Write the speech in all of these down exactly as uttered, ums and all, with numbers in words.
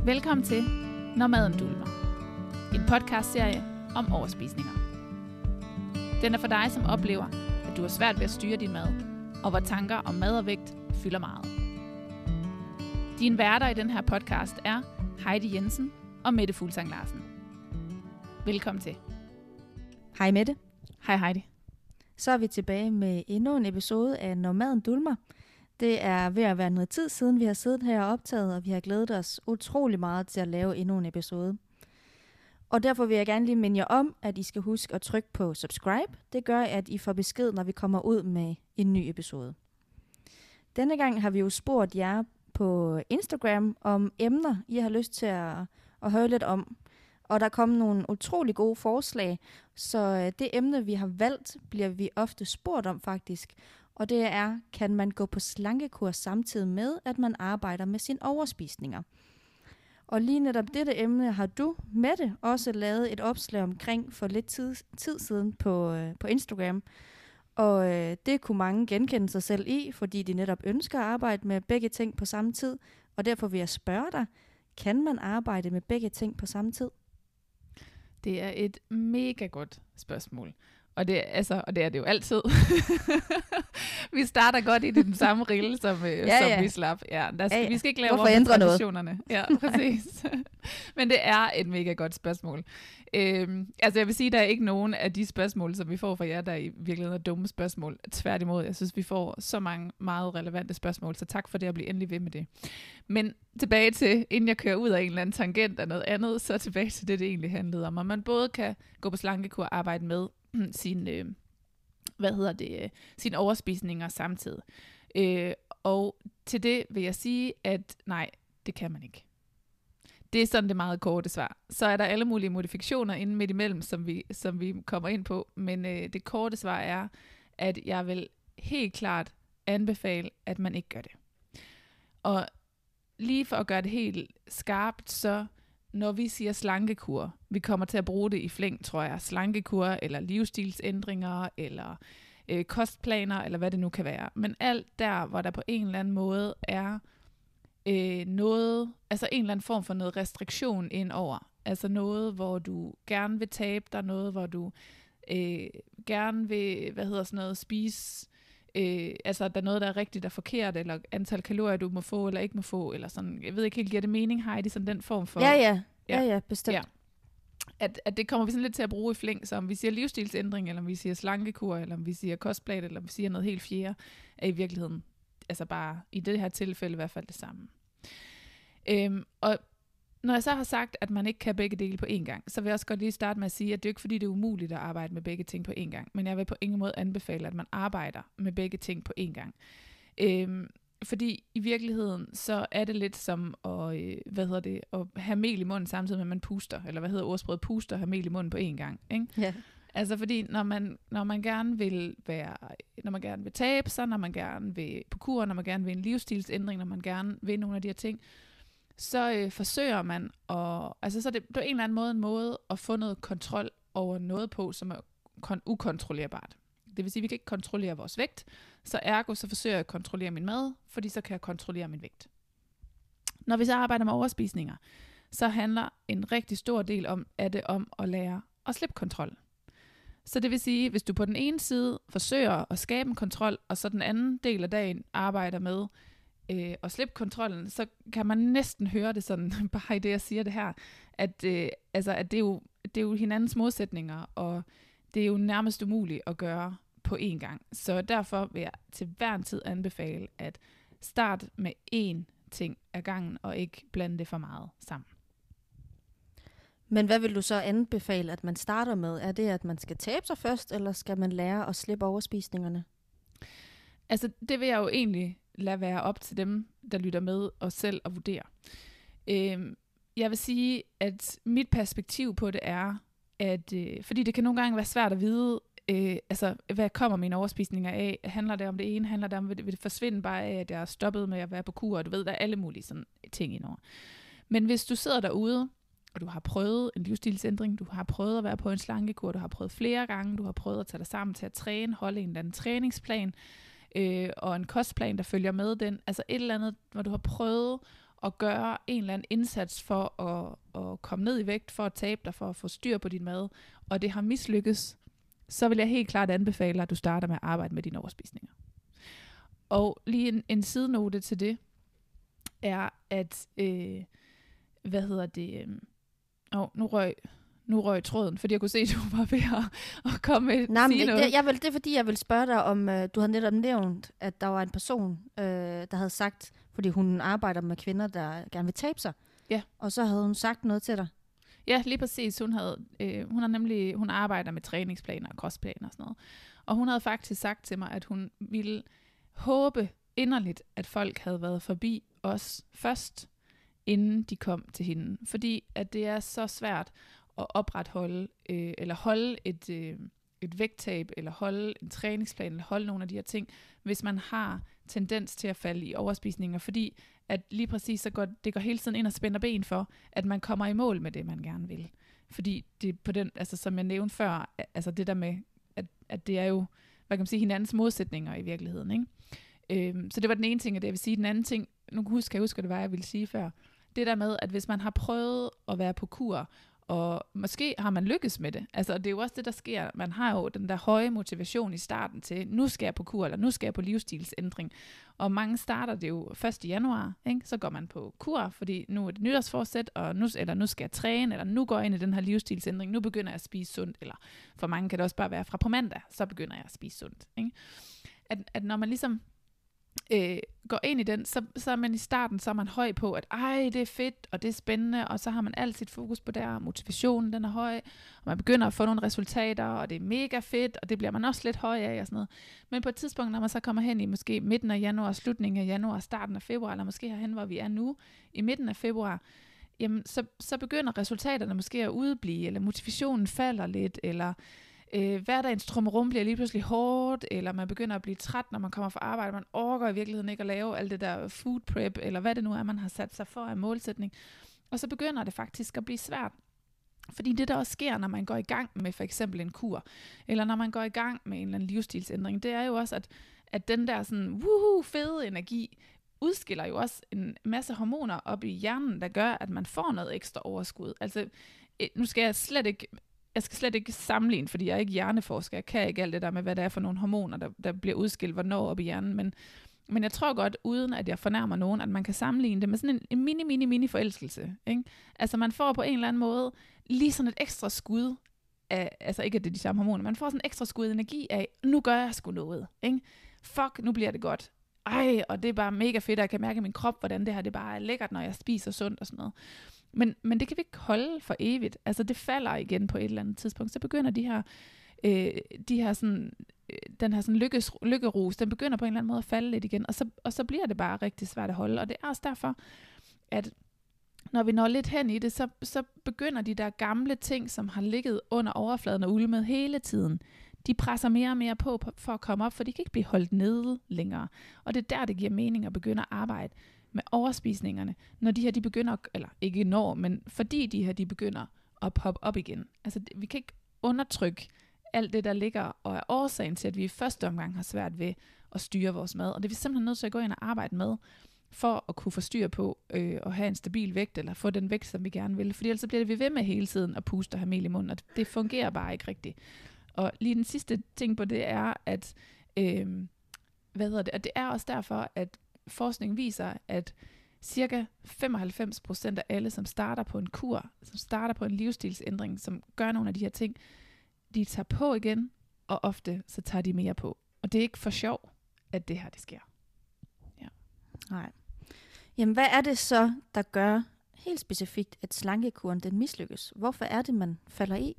Velkommen til Når maden dulmer. En podcastserie om overspisninger. Den er for dig, som oplever, at du har svært ved at styre din mad, og hvor tanker om mad og vægt fylder meget. Dine værter i den her podcast er Heidi Jensen og Mette Fuglsang Larsen. Velkommen til. Hej Mette. Hej Heidi. Så er vi tilbage med endnu en episode af Når maden dulmer. Det er ved at være noget tid siden, vi har siddet her og optaget, og vi har glædet os utrolig meget til at lave endnu en episode. Og derfor vil jeg gerne lige minde jer om, at I skal huske at trykke på subscribe. Det gør, at I får besked, når vi kommer ud med en ny episode. Denne gang har vi jo spurgt jer på Instagram om emner, I har lyst til at, at høre lidt om. Og der kom nogle utrolig gode forslag, så det emne, vi har valgt, bliver vi ofte spurgt om faktisk. Og det er, kan man gå på slankekur samtidig med, at man arbejder med sine overspisninger? Og lige netop dette emne har du, Mette, også lavet et opslag omkring for lidt tid, tid siden på, øh, på Instagram. Og øh, det kunne mange genkende sig selv i, fordi de netop ønsker at arbejde med begge ting på samme tid. Og derfor vil jeg spørge dig, kan man arbejde med begge ting på samme tid? Det er et mega godt spørgsmål. Og det, altså, og det er det jo altid. Vi starter godt i den samme rille, som, ja, som ja. vi slap. Ja, der skal, ja, ja. Vi skal ikke lave om traditionerne. Ja, præcis. Men det er et mega godt spørgsmål. Øhm, altså jeg vil sige, at der er ikke nogen af de spørgsmål, som vi får fra jer, der i virkeligheden er dumme spørgsmål. Tværtimod, jeg synes, vi får så mange meget relevante spørgsmål, så tak for det at blive endelig ved med det. Men tilbage til, inden jeg kører ud af en eller anden tangent af noget andet, så tilbage til det, det egentlig handlede om. Og man både kan gå på slankekur og arbejde med sin, øh, hvad hedder det, øh, sine overspisninger samtidig. Øh, og til det vil jeg sige, at nej, det kan man ikke. Det er sådan det meget korte svar. Så er der alle mulige modifikationer inden midt imellem, som vi, som vi kommer ind på. Men øh, det korte svar er, at jeg vil helt klart anbefale, at man ikke gør det. Og lige for at gøre det helt skarpt, så når vi siger slankekur, vi kommer til at bruge det i flæng, tror jeg, slankekur eller livsstilsændringer eller øh, kostplaner eller hvad det nu kan være. Men alt der, hvor der på en eller anden måde er øh, noget, altså en eller anden form for noget restriktion indover. Altså noget, hvor du gerne vil tabe dig, noget, hvor du øh, gerne vil, hvad hedder sådan noget, spise, øh, altså der er noget, der er rigtigt og forkert, eller antal kalorier, du må få eller ikke må få, eller sådan, jeg ved ikke helt, giver det mening, Heidi, sådan den form for... Ja, ja, ja, ja, bestemt. Ja. At, at det kommer vi sådan lidt til at bruge i flæng, så om vi siger livsstilsændring, eller om vi siger slankekur, eller om vi siger kostplan, eller om vi siger noget helt fjerde, er i virkeligheden, altså bare i det her tilfælde i hvert fald det samme. Øhm, og når jeg så har sagt, at man ikke kan begge dele på én gang, så vil jeg også godt lige starte med at sige, at det er ikke fordi, det er umuligt at arbejde med begge ting på én gang, men jeg vil på ingen måde anbefale, at man arbejder med begge ting på én gang. Øhm, fordi i virkeligheden, så er det lidt som at, øh, hvad hedder det, at have mel i munden samtidig med, at man puster, eller hvad hedder ordsproget, puster og have mel i munden på én gang, ikke? Ja. Altså fordi, når man, når man gerne vil være, når man gerne vil tabe sig, når man gerne vil på kur, når man gerne vil en livsstilsændring, når man gerne vil nogle af de her ting, så øh, forsøger man at, altså så er det på en eller anden måde en måde at få noget kontrol over noget på, som er kon- ukontrollerbart. Det vil sige, at vi kan ikke kontrollere vores vægt, så ergo så forsøger jeg at kontrollere min mad, fordi så kan jeg kontrollere min vægt. Når vi så arbejder med overspisninger, så handler en rigtig stor del om, er det om at lære at slippe kontrol. Så det vil sige, hvis du på den ene side forsøger at skabe en kontrol, og så den anden del af dagen arbejder med øh, at slippe kontrollen, så kan man næsten høre det sådan, bare i det jeg siger det her, at, øh, altså, at det, er jo, det er jo hinandens modsætninger, og det er jo nærmest umuligt at gøre på én gang. Så derfor vil jeg til hver en tid anbefale, at start med én ting ad gangen, og ikke blande det for meget sammen. Men hvad vil du så anbefale, at man starter med? Er det, at man skal tabe sig først, eller skal man lære at slippe overspisningerne? Altså, det vil jeg jo egentlig lade være op til dem, der lytter med, og selv at vurdere. Øhm, jeg vil sige, at mit perspektiv på det er, at øh, fordi det kan nogle gange være svært at vide, øh, altså, hvad kommer mine overspisninger af? Handler det om det ene? Handler det om, vil det forsvinde bare af, at jeg er stoppet med at være på kur? Og du ved, der er alle mulige sådan ting indover. Men hvis du sidder derude, og du har prøvet en livsstilsændring, du har prøvet at være på en slankekur, du har prøvet flere gange, du har prøvet at tage dig sammen til at træne, holde en eller anden træningsplan, øh, og en kostplan, der følger med den, altså et eller andet, hvor du har prøvet at gøre en eller anden indsats for at, at komme ned i vægt, for at tabe dig, for at få styr på din mad, og det har mislykkes, så vil jeg helt klart anbefale, at du starter med at arbejde med dine overspisninger. Og lige en, en sidenote til det, er, at, øh, hvad hedder det, øh, oh, nu røg, nu røg tråden, fordi jeg kunne se, at du var ved at, at komme med Nej, sige det, noget. Det, jeg vil, det er fordi, jeg vil spørge dig om, uh, du havde netop nævnt, at der var en person, uh, der havde sagt, fordi hun arbejder med kvinder, der gerne vil tabe sig. Ja. Og så havde hun sagt noget til dig. Ja, lige præcis. Hun, havde, øh, hun, har nemlig, hun arbejder med træningsplaner og kostplaner og sådan noget. Og hun havde faktisk sagt til mig, at hun ville håbe inderligt, at folk havde været forbi os først, inden de kom til hende. Fordi at det er så svært at opretholde, øh, eller holde et, øh, et vægttab, eller holde en træningsplan, eller holde nogle af de her ting, hvis man har tendens til at falde i overspisninger. Fordi at lige præcis så går det går hele tiden ind og spænder ben for, at man kommer i mål med det, man gerne vil. Fordi det på den, altså som jeg nævnte før, altså det der med, at, at det er jo, hvad kan man sige, hinandens modsætninger i virkeligheden, ikke? Øhm, så det var den ene ting, og det jeg vil sige. Den anden ting, nu husker jeg husker det var, jeg ville sige før, det der med, at hvis man har prøvet at være på kur, og måske har man lykkes med det. Altså, det er jo også det, der sker. Man har jo den der høje motivation i starten til, nu skal jeg på kur, eller nu skal jeg på livsstilsændring. Og mange starter det jo første januar, ikke? Så går man på kur, fordi nu er det nytårsforsæt, og nu, eller nu skal jeg træne, eller nu går jeg ind i den her livsstilsændring, nu begynder jeg at spise sundt, eller for mange kan det også bare være fra på mandag, så begynder jeg at spise sundt. Ikke? At, at når man ligesom Øh, går ind i den, så, så er man i starten, så er man høj på, at ej, det er fedt, og det er spændende, og så har man alt sit fokus på der, motivationen, den er høj, og man begynder at få nogle resultater, og det er mega fedt, og det bliver man også lidt høj af, og sådan noget. Men på et tidspunkt, når man så kommer hen i måske midten af januar, slutningen af januar, starten af februar, eller måske herhen, hvor vi er nu, i midten af februar, jamen, så, så begynder resultaterne måske at udeblive, eller motivationen falder lidt, eller Øh, hverdagens trummerum bliver lige pludselig hårdt, eller man begynder at blive træt, når man kommer fra arbejde. Man orker i virkeligheden ikke at lave alt det der food prep, eller hvad det nu er, man har sat sig for af målsætning. Og så begynder det faktisk at blive svært. Fordi det, der også sker, når man går i gang med for eksempel en kur, eller når man går i gang med en eller anden livsstilsændring, det er jo også, at, at den der sådan, woohoo, fede energi udskiller jo også en masse hormoner op i hjernen, der gør, at man får noget ekstra overskud. Altså, nu skal jeg slet ikke... Jeg skal slet ikke sammenligne, fordi jeg er ikke hjerneforsker. Jeg kan ikke alt det der med, hvad det er for nogle hormoner, der, der bliver udskilt, hvornår op i hjernen. Men, men jeg tror godt, uden at jeg fornærmer nogen, at man kan sammenligne det med sådan en, en mini, mini, mini forelskelse. Ikke? Altså man får på en eller anden måde lige sådan et ekstra skud af, altså ikke at det er de samme hormoner, man får sådan et ekstra skud energi af, nu gør jeg sgu noget. Ikke? Fuck, nu bliver det godt. Ej, og det er bare mega fedt, og jeg kan mærke i min krop, hvordan det her det bare er lækkert, når jeg spiser sundt og sådan noget. Men, men det kan vi ikke holde for evigt. Altså det falder igen på et eller andet tidspunkt. Så begynder de her, øh, de her sådan, øh, den her sådan lykkes, lykkerus, den begynder på en eller anden måde at falde lidt igen. Og så, og så bliver det bare rigtig svært at holde. Og det er også derfor, at når vi når lidt hen i det, så, så begynder de der gamle ting, som har ligget under overfladen og ulmet hele tiden, de presser mere og mere på for at komme op, for de kan ikke blive holdt nede længere. Og det er der, det giver mening at begynde at arbejde med overspisningerne, når de her, de begynder, eller ikke når, men fordi de her, de begynder at poppe op igen. Altså, vi kan ikke undertrykke alt det, der ligger, og er årsagen til, at vi i første omgang har svært ved at styre vores mad. Og det er vi simpelthen nødt til at gå ind og arbejde med, for at kunne få styr på øh, at have en stabil vægt, eller få den vægt, som vi gerne vil. Fordi ellers bliver det vi ved med hele tiden at puste og have mel i munden, og det fungerer bare ikke rigtigt. Og lige den sidste ting på det er, at, øh, hvad hedder det, at det er også derfor, at forskning viser, at cirka femoghalvfems procent af alle, som starter på en kur, som starter på en livsstilsændring, som gør nogle af de her ting, de tager på igen, og ofte så tager de mere på. Og det er ikke for sjov, at det her det sker. Ja. Nej. Jamen, hvad er det så, der gør helt specifikt, at slankekuren den mislykkes? Hvorfor er det, man falder i?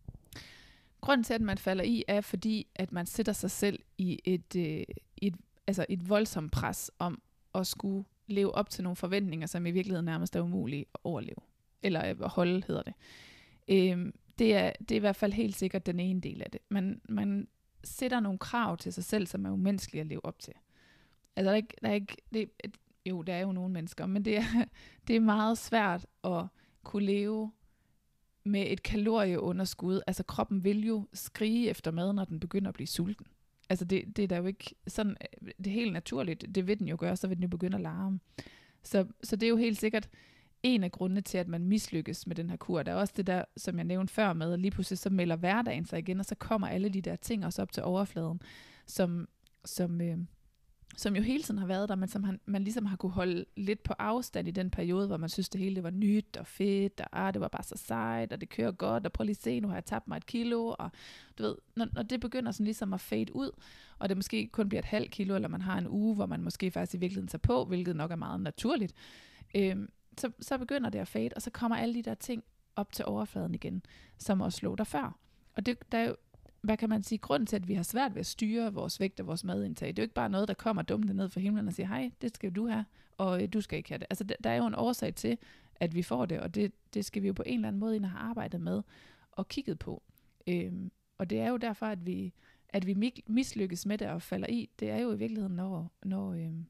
Grunden til, at man falder i, er fordi, at man sætter sig selv i et, øh, et, altså et voldsomt pres om at skulle leve op til nogle forventninger, som i virkeligheden nærmest er umulige at overleve. Eller at holde, hedder det. Øhm, det, er, det er i hvert fald helt sikkert den ene del af det. Man, man sætter nogle krav til sig selv, som er umenneskelige at leve op til. Altså, der er ikke, der er ikke, det, jo, der er jo nogle mennesker, men det er, det er meget svært at kunne leve med et kalorieunderskud. Altså kroppen vil jo skrige efter mad, når den begynder at blive sulten. Altså det, det er der jo ikke sådan, det er helt naturligt, det vil den jo gøre, så vil den jo begynde at larme. Så, så det er jo helt sikkert en af grundene til, at man mislykkes med den her kur. Der er også det der, som jeg nævnte før med, at lige pludselig så melder hverdagen sig igen, og så kommer alle de der ting også op til overfladen, som, som, øh, som jo hele tiden har været der, men som han, man ligesom har kunne holde lidt på afstand i den periode, hvor man synes, det hele det var nyt og fedt, og ah, det var bare så sejt, og det kører godt, og prøv lige se, nu har jeg tabt mig et kilo, og du ved, når, når det begynder sådan ligesom at fade ud, og det måske kun bliver et halvt kilo, eller man har en uge, hvor man måske faktisk i virkeligheden tager på, hvilket nok er meget naturligt, øh, Så, så begynder det at fade, og så kommer alle de der ting op til overfladen igen, som også lå der før. Og det, der er jo, hvad kan man sige, grunden til, at vi har svært ved at styre vores vægt og vores madindtag. Det er jo ikke bare noget, der kommer dumt ned fra himlen og siger, hej, det skal du have, og øh, du skal ikke have det. Altså, der, der er jo en årsag til, at vi får det, og det, det skal vi jo på en eller anden måde ind og have arbejdet med og kigget på. Øhm, og det er jo derfor, at vi, at vi mislykkes med det og falder i. Det er jo i virkeligheden, når... når øhm,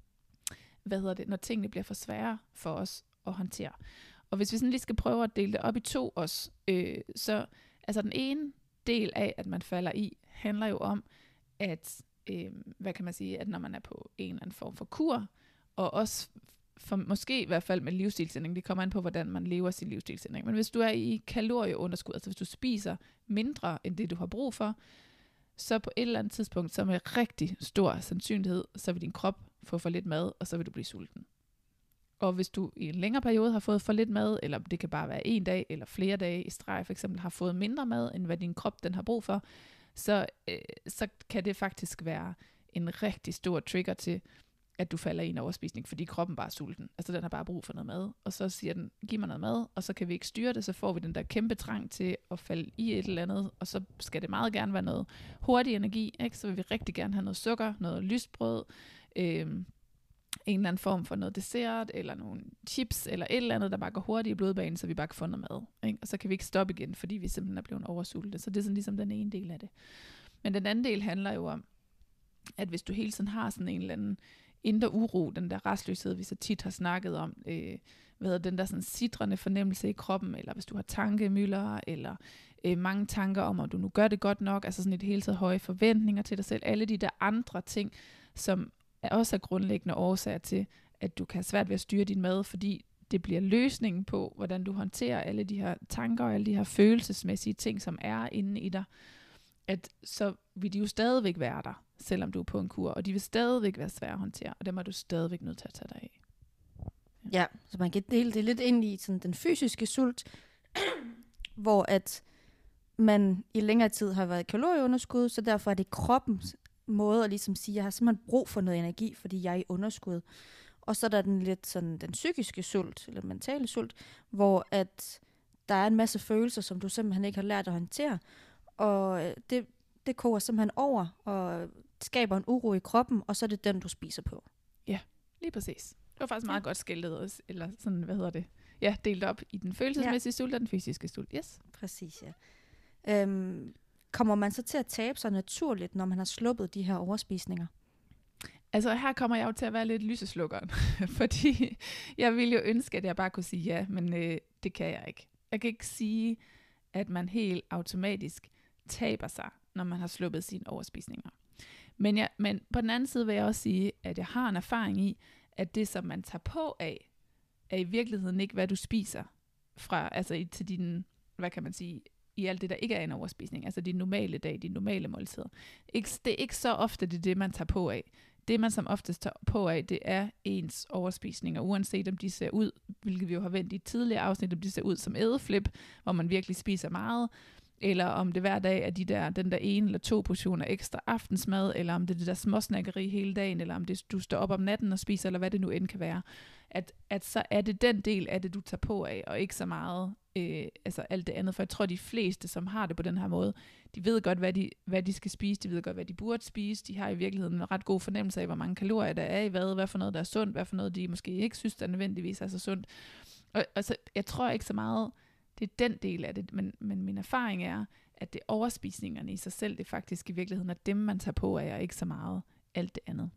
hvad hedder det, når tingene bliver for svære for os at håndtere. Og hvis vi sådan lige skal prøve at dele det op i to også, øh, så altså den ene del af, at man falder i, handler jo om, at, øh, hvad kan man sige, at når man er på en eller anden form for kur, og også for måske i hvert fald med livsstilsændring, det kommer an på, hvordan man lever sin livsstilsændring, men hvis du er i kalorieunderskud, altså hvis du spiser mindre end det, du har brug for, så på et eller andet tidspunkt, så med rigtig stor sandsynlighed, så vil din krop få for lidt mad, og så vil du blive sulten. Og hvis du i en længere periode har fået for lidt mad, eller det kan bare være en dag, eller flere dage i streg, for eksempel har fået mindre mad, end hvad din krop den har brug for, så, øh, så kan det faktisk være en rigtig stor trigger til, at du falder i en overspisning, fordi kroppen bare er sulten. Altså den har bare brug for noget mad, og så siger den, giv mig noget mad, og så kan vi ikke styre det, så får vi den der kæmpe trang til at falde i et eller andet, og så skal det meget gerne være noget hurtig energi, ikke? Så vil vi rigtig gerne have noget sukker, noget lysbrød, øh, en eller anden form for noget dessert, eller nogle chips, eller et eller andet, der bare går hurtigt i blodbanen, så vi bare kan få noget mad. Ikke? Og så kan vi ikke stoppe igen, fordi vi simpelthen er blevet oversultne. Så det er sådan ligesom den ene del af det. Men den anden del handler jo om, at hvis du hele tiden har sådan en eller anden indre uro, den der rastløshed, vi så tit har snakket om, øh, hvad den der sådan sidrende fornemmelse i kroppen, eller hvis du har tankemylder, eller øh, mange tanker om, om du nu gør det godt nok, altså sådan et hele taget høje forventninger til dig selv, alle de der andre ting, som er også er grundlæggende årsager til, at du kan have svært ved at styre din mad, fordi det bliver løsningen på, hvordan du håndterer alle de her tanker og alle de her følelsesmæssige ting, som er inde i dig, at så vil de jo stadigvæk være der, selvom du er på en kur, og de vil stadigvæk være svære at håndtere, og dem er du stadigvæk nødt til at tage dig af. Ja, ja, så man kan dele det lidt ind i sådan den fysiske sult, hvor at man i længere tid har været i kalorieunderskud, så derfor er det kroppens måde at ligesom sige, jeg har simpelthen brug for noget energi, fordi jeg er i underskud. Og så er der den lidt sådan den psykiske sult, eller mentale sult, hvor at der er en masse følelser, som du simpelthen ikke har lært at håndtere, og det, det koger simpelthen over, og skaber en uro i kroppen, og så er det den, du spiser på. Ja, lige præcis. Det var faktisk meget ja. godt skildret, eller sådan, hvad hedder det? Ja, delt op i den følelsesmæssige ja. sult og den fysiske sult. Yes. Præcis, ja. Øhm, kommer man så til at tabe sig naturligt, når man har sluppet de her overspisninger? Altså her kommer jeg jo til at være lidt lyseslukkeren, fordi jeg ville jo ønske, at jeg bare kunne sige ja, men øh, det kan jeg ikke. Jeg kan ikke sige, at man helt automatisk taber sig, når man har sluppet sine overspisninger. Men, jeg, men på den anden side vil jeg også sige, at jeg har en erfaring i, at det, som man tager på af, er i virkeligheden ikke, hvad du spiser fra, altså i, til din, hvad kan man sige, i alt det, der ikke er en overspisning, altså din normale dag, din normale måltid. Ikke, det er ikke så ofte, det er det, man tager på af. Det, man som oftest tager på af, det er ens overspisninger, uanset om de ser ud, hvilket vi jo har vendt i et tidligere afsnit, om de ser ud som ædeflip, hvor man virkelig spiser meget, eller om det hver dag er de der, den der ene eller to portioner ekstra aftensmad, eller om det er det der småsnakkeri hele dagen, eller om det, du står op om natten og spiser, eller hvad det nu end kan være. At, at så er det den del af det, du tager på af, og ikke så meget øh, altså alt det andet. For jeg tror, de fleste, som har det på den her måde, de ved godt, hvad de, hvad de skal spise, de ved godt, hvad de burde spise, de har i virkeligheden en ret god fornemmelse af, hvor mange kalorier der er i hvad, hvad for noget, der er sundt, hvad for noget, de måske ikke synes, der nødvendigvis er så sundt. Og, og så, jeg tror ikke så meget, det er den del af det, men, men min erfaring er, at det overspisningerne i sig selv, det faktisk i virkeligheden er dem, man tager på af, og ikke så meget alt det andet.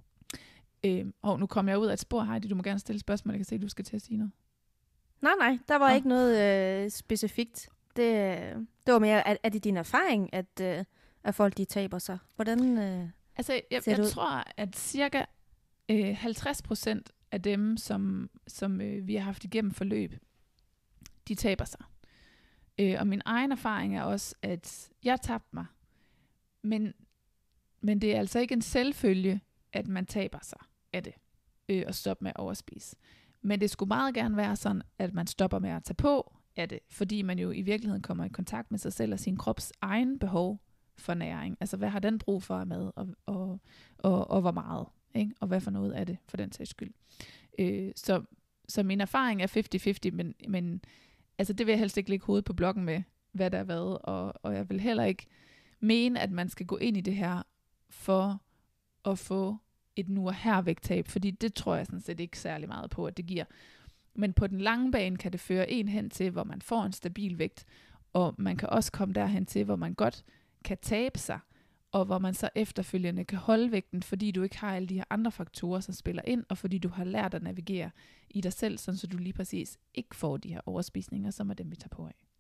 Øhm, og nu kommer jeg ud af et spor, Heidi, du må gerne stille spørgsmål, jeg kan se, at du skal til at sige noget. Nej, nej, der var ja. ikke noget øh, specifikt. Det, det var mere, er, er det din erfaring, at, øh, at folk de taber sig? Hvordan øh, altså, jeg, jeg tror, at cirka øh, halvtreds procent af dem, som, som øh, vi har haft igennem forløb, de taber sig. Øh, og min egen erfaring er også, at jeg tabte mig. Men, men det er altså ikke en selvfølge, at man taber sig af det, øh, og stopper med at overspise. Men det skulle meget gerne være sådan, at man stopper med at tage på af det, fordi man jo i virkeligheden kommer i kontakt med sig selv og sin krops egen behov for næring. Altså, hvad har den brug for af mad, og, og, og, og hvor meget, ikke? Og hvad for noget af det, for den sags skyld. Øh, så, så min erfaring er halvtreds halvtreds, men, men altså, det vil jeg helst ikke lægge hovedet på blokken med, hvad der er hvad, og, og jeg vil heller ikke mene, at man skal gå ind i det her for at få et nu og her vægttab, fordi det tror jeg sådan set ikke særlig meget på, at det giver. Men på den lange bane kan det føre en hen til, hvor man får en stabil vægt, og man kan også komme derhen til, hvor man godt kan tabe sig, og hvor man så efterfølgende kan holde vægten, fordi du ikke har alle de her andre faktorer, som spiller ind, og fordi du har lært at navigere i dig selv, sådan så du lige præcis ikke får de her overspisninger, som er dem, vi tager på af.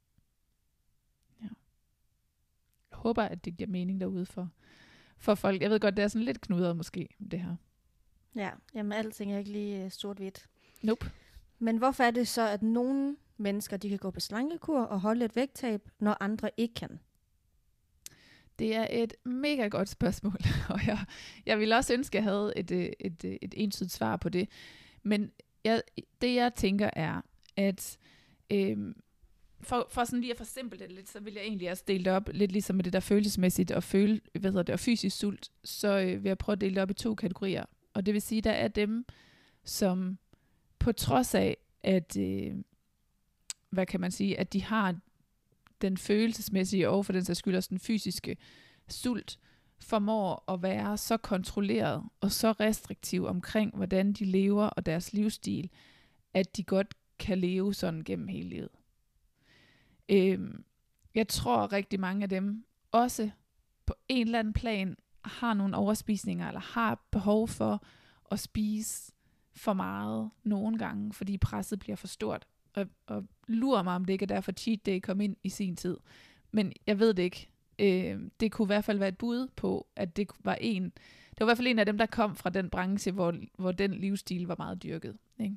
Ja. Jeg håber, at det giver mening derude for, for folk. Jeg ved godt, det er sådan lidt knudret måske, det her. Ja, jamen alting er ikke lige sort-hvidt. Nope. Men hvorfor er det så, at nogle mennesker, de kan gå på slankekur og holde et vægttab, når andre ikke kan? Det er et mega godt spørgsmål, og jeg, jeg ville også ønske, at jeg havde et, et, et, et entydigt svar på det. Men jeg, det jeg tænker er, at øhm, for, for sådan lige at forsimple det lidt, så vil jeg egentlig også dele det op, lidt ligesom med det der følelsesmæssigt og, føle, hvad hedder det, og fysisk sult, så øh, vil jeg prøve at dele det op i to kategorier. Og det vil sige, der er dem, som på trods af, at, øh, hvad kan man sige, at de har den følelsesmæssige og for den sags skyld også den fysiske sult, formår at være så kontrolleret og så restriktiv omkring, hvordan de lever og deres livsstil, at de godt kan leve sådan gennem hele livet. Øhm, jeg tror rigtig mange af dem også på en eller anden plan har nogle overspisninger, eller har behov for at spise for meget nogle gange, fordi presset bliver for stort. Og, og lurer mig, om det ikke er derfor cheat day kom ind i sin tid. Men jeg ved det ikke. Øh, det kunne i hvert fald være et bud på, at det var en, det var i hvert fald en af dem, der kom fra den branche, hvor, hvor den livsstil var meget dyrket. Ikke?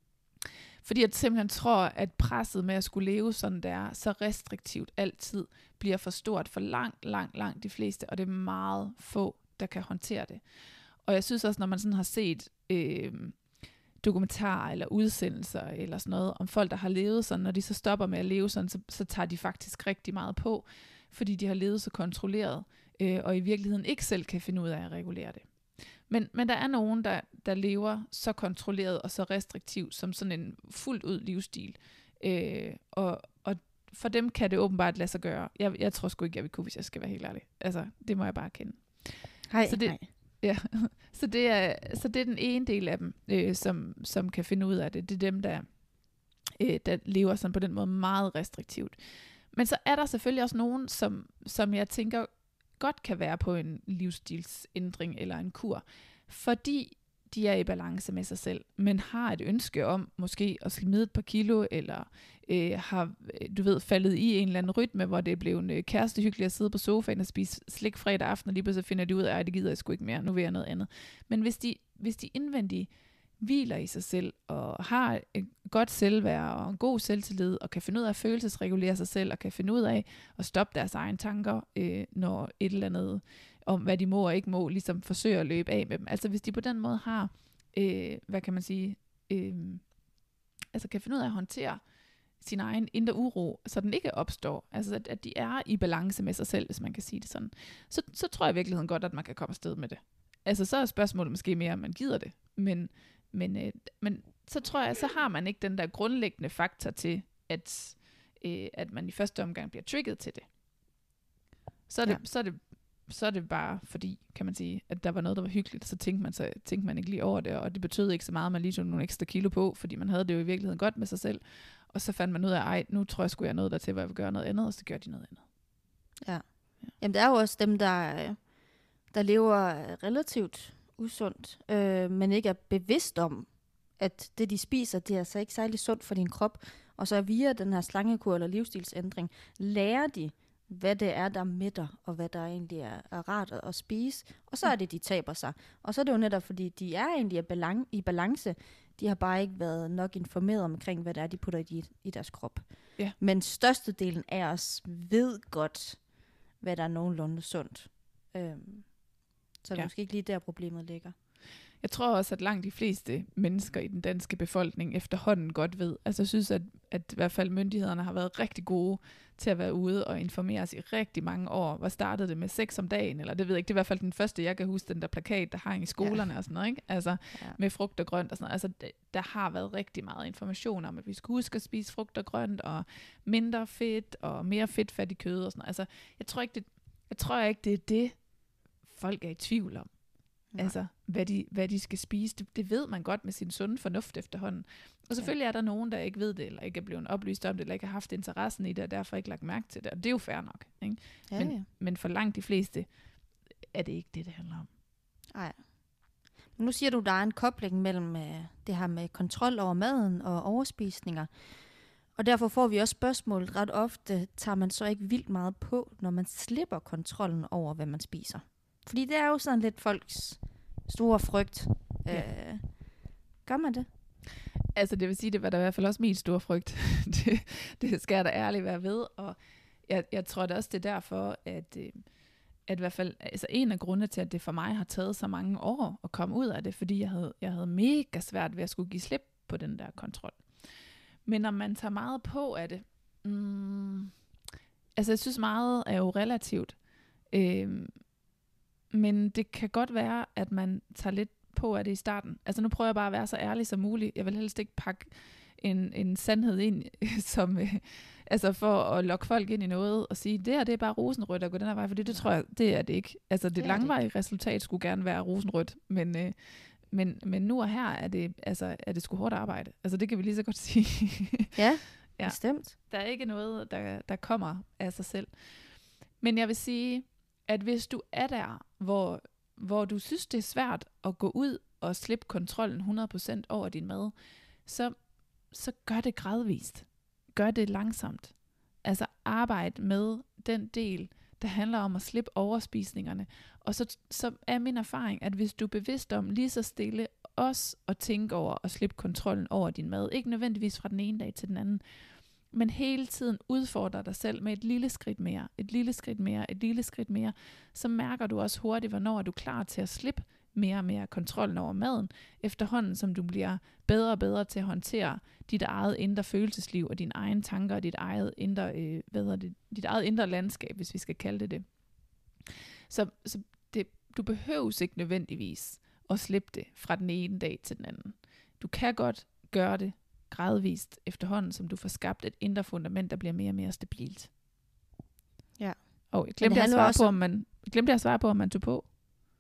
Fordi jeg simpelthen tror, at presset med at skulle leve sådan der, så restriktivt altid, bliver for stort for langt, langt, langt de fleste, og det er meget få, der kan håndtere det. Og jeg synes også, når man sådan har set øh, dokumentarer eller udsendelser eller sådan noget, om folk, der har levet sådan, når de så stopper med at leve sådan, så, så tager de faktisk rigtig meget på, fordi de har levet så kontrolleret, øh, og i virkeligheden ikke selv kan finde ud af at regulere det. Men, men der er nogen, der, der lever så kontrolleret og så restriktivt, som sådan en fuldt ud livsstil. Øh, og, og for dem kan det åbenbart lade sig gøre. Jeg, jeg tror sgu ikke, jeg vil kunne, hvis jeg skal være helt ærlig. Altså, det må jeg bare kende. Hej, så det, hej. Ja, så det, er, så det er den ene del af dem, øh, som, som kan finde ud af det. Det er dem, der, øh, der lever sådan på den måde meget restriktivt. Men så er der selvfølgelig også nogen, som, som jeg tænker godt kan være på en livsstilsændring eller en kur, fordi de er i balance med sig selv, men har et ønske om måske at smide et par kilo, eller øh, har, du ved, faldet i en eller anden rytme, hvor det er blevet øh, kærestehyggeligt at sidde på sofaen og spise slik fredag aften, og lige pludselig finder de ud af, at det gider jeg sgu ikke mere, nu vil jeg noget andet. Men hvis de, hvis de indvendigt hviler i sig selv, og har et godt selvværd, og en god selvtillid, og kan finde ud af at følelsesregulere sig selv, og kan finde ud af at stoppe deres egne tanker, øh, når et eller andet om, hvad de må og ikke må, ligesom forsøger at løbe af med dem. Altså hvis de på den måde har, øh, hvad kan man sige, øh, altså kan finde ud af at håndtere sin egen indre uro, så den ikke opstår, altså at, at de er i balance med sig selv, hvis man kan sige det sådan, så, så tror jeg i virkeligheden godt, at man kan komme afsted med det. Altså så er spørgsmålet måske mere, om man gider det, men, men, øh, men så tror jeg, så har man ikke den der grundlæggende faktor til, at, øh, at man i første omgang bliver trigget til det. Så er det, ja. så er det så er det bare fordi, kan man sige, at der var noget, der var hyggeligt, så tænkte man, så tænkte man ikke lige over det, og det betød ikke så meget, at man lige tog nogle ekstra kilo på, fordi man havde det jo i virkeligheden godt med sig selv, og så fandt man ud af, ej, nu tror jeg sgu, jeg er noget der til, hvor jeg vil gøre noget andet, og så gør de noget andet. Ja. ja. Jamen, der er jo også dem, der, der lever relativt usundt, øh, men ikke er bevidst om, at det, de spiser, det er altså ikke særlig sundt for din krop, og så via den her slangekur eller livsstilsændring, lærer de hvad det er, der mætter, og hvad der egentlig er, er rart at, at spise. Og så er det, de taber sig. Og så er det jo netop, fordi de er egentlig i balance. De har bare ikke været nok informeret omkring, hvad det er, de putter i, i deres krop. Ja. Men størstedelen af os ved godt, hvad der er nogenlunde sundt. Øhm, så det er ja. måske ikke lige der, problemet ligger. Jeg tror også, at langt de fleste mennesker i den danske befolkning efterhånden godt ved. Altså jeg synes, at, at i hvert fald myndighederne har været rigtig gode til at være ude og informere os i rigtig mange år. Hvad startede det med seks om dagen? Eller det ved jeg ikke, det er i hvert fald den første, jeg kan huske, den der plakat, der hang i skolerne ja. og sådan noget, ikke? Altså ja. med frugt og grønt og sådan noget. Altså det, der har været rigtig meget information om, at vi skal huske at spise frugt og grønt, og mindre fedt, og mere fedtfattig kød og sådan noget. Altså jeg tror ikke, det, jeg tror ikke, det er det, folk er i tvivl om. Nej. Altså, hvad de, hvad de skal spise, det, det ved man godt med sin sunde fornuft efterhånden. Og selvfølgelig ja. er der nogen, der ikke ved det, eller ikke er blevet oplyst om det, eller ikke har haft interessen i det, og derfor ikke lagt mærke til det. Og det er jo fair nok. Ikke? Ja, men, ja. men for langt de fleste er det ikke det, det handler om. Nej. Men nu siger du, der er en kobling mellem øh, det her med kontrol over maden og overspisninger. Og derfor får vi også spørgsmålet ret ofte, tager man så ikke vildt meget på, når man slipper kontrollen over, hvad man spiser? Fordi det er jo sådan lidt folks store frygt. Ja. Øh, gør man det? Altså det vil sige, det var der i hvert fald også min store frygt. det, det skal jeg da ærligt være ved. Og jeg, jeg tror da også, det er derfor, at, at i hvert fald altså en af grundene til, at det for mig har taget så mange år at komme ud af det, fordi jeg havde, jeg havde mega svært ved at skulle give slip på den der kontrol. Men når man tager meget på af det, mm, altså jeg synes meget er jo relativt. Øh, Men det kan godt være, at man tager lidt på af det i starten. Altså nu prøver jeg bare at være så ærlig som muligt. Jeg vil helst ikke pakke en, en sandhed ind, som, øh, altså for at lokke folk ind i noget og sige, det her det er bare rosenrødt at gå den her vej, for det, det tror jeg, det er det ikke. Altså det, det langvarige det resultat skulle gerne være rosenrødt, men, øh, men, men nu og her er det, altså, er det sgu hårdt arbejde. Altså det kan vi lige så godt sige. Ja, ja. Bestemt. Der er ikke noget, der, der kommer af sig selv. Men jeg vil sige, at hvis du er der, hvor, hvor du synes, det er svært at gå ud og slippe kontrollen hundrede procent over din mad, så, så gør det gradvist. Gør det langsomt. Altså arbejde med den del, der handler om at slippe overspisningerne. Og så, så er min erfaring, at hvis du er bevidst om lige så stille også at tænke over at slippe kontrollen over din mad, ikke nødvendigvis fra den ene dag til den anden, men hele tiden udfordrer dig selv med et lille skridt mere, et lille skridt mere, et lille skridt mere, så mærker du også hurtigt, hvornår er du klar til at slippe mere og mere kontrollen over maden, efterhånden som du bliver bedre og bedre til at håndtere dit eget indre følelsesliv og dine egne tanker og dit eget indre, øh, hvad hedder det, dit eget indre landskab, hvis vi skal kalde det det. Så, så det, du behøves ikke nødvendigvis at slippe det fra den ene dag til den anden. Du kan godt gøre det gradvist efterhånden, som du får skabt et indre fundament, der bliver mere og mere stabilt. Ja. Og jeg glemte at svare på, om man glemte at svare på, om man tog på.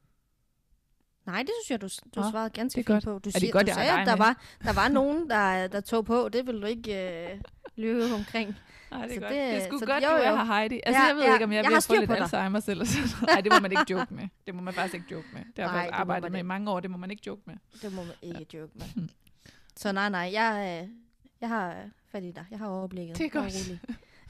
Nej, det synes jeg, du, du oh, svarede ganske fint godt. på. Du, siger, siger, godt, du sagde, at der var, der var nogen, der, der tog på. Det vil du ikke øh, lyve omkring. Nej, det er så godt. Det, det er sgu så godt, jo, du er jo. her, Heidi. Altså, ja, jeg ved ja, ikke, om jeg, jeg vil få lidt Alzheimer's eller sådan. Nej, det må man ikke joke med. Det må man faktisk ikke joke med. Det har jeg faktisk arbejdet med i mange år. Det må man ikke joke med. Det må man ikke joke med. Så nej, nej. Jeg, jeg har fat i dig. Jeg har overblikket. Det er godt.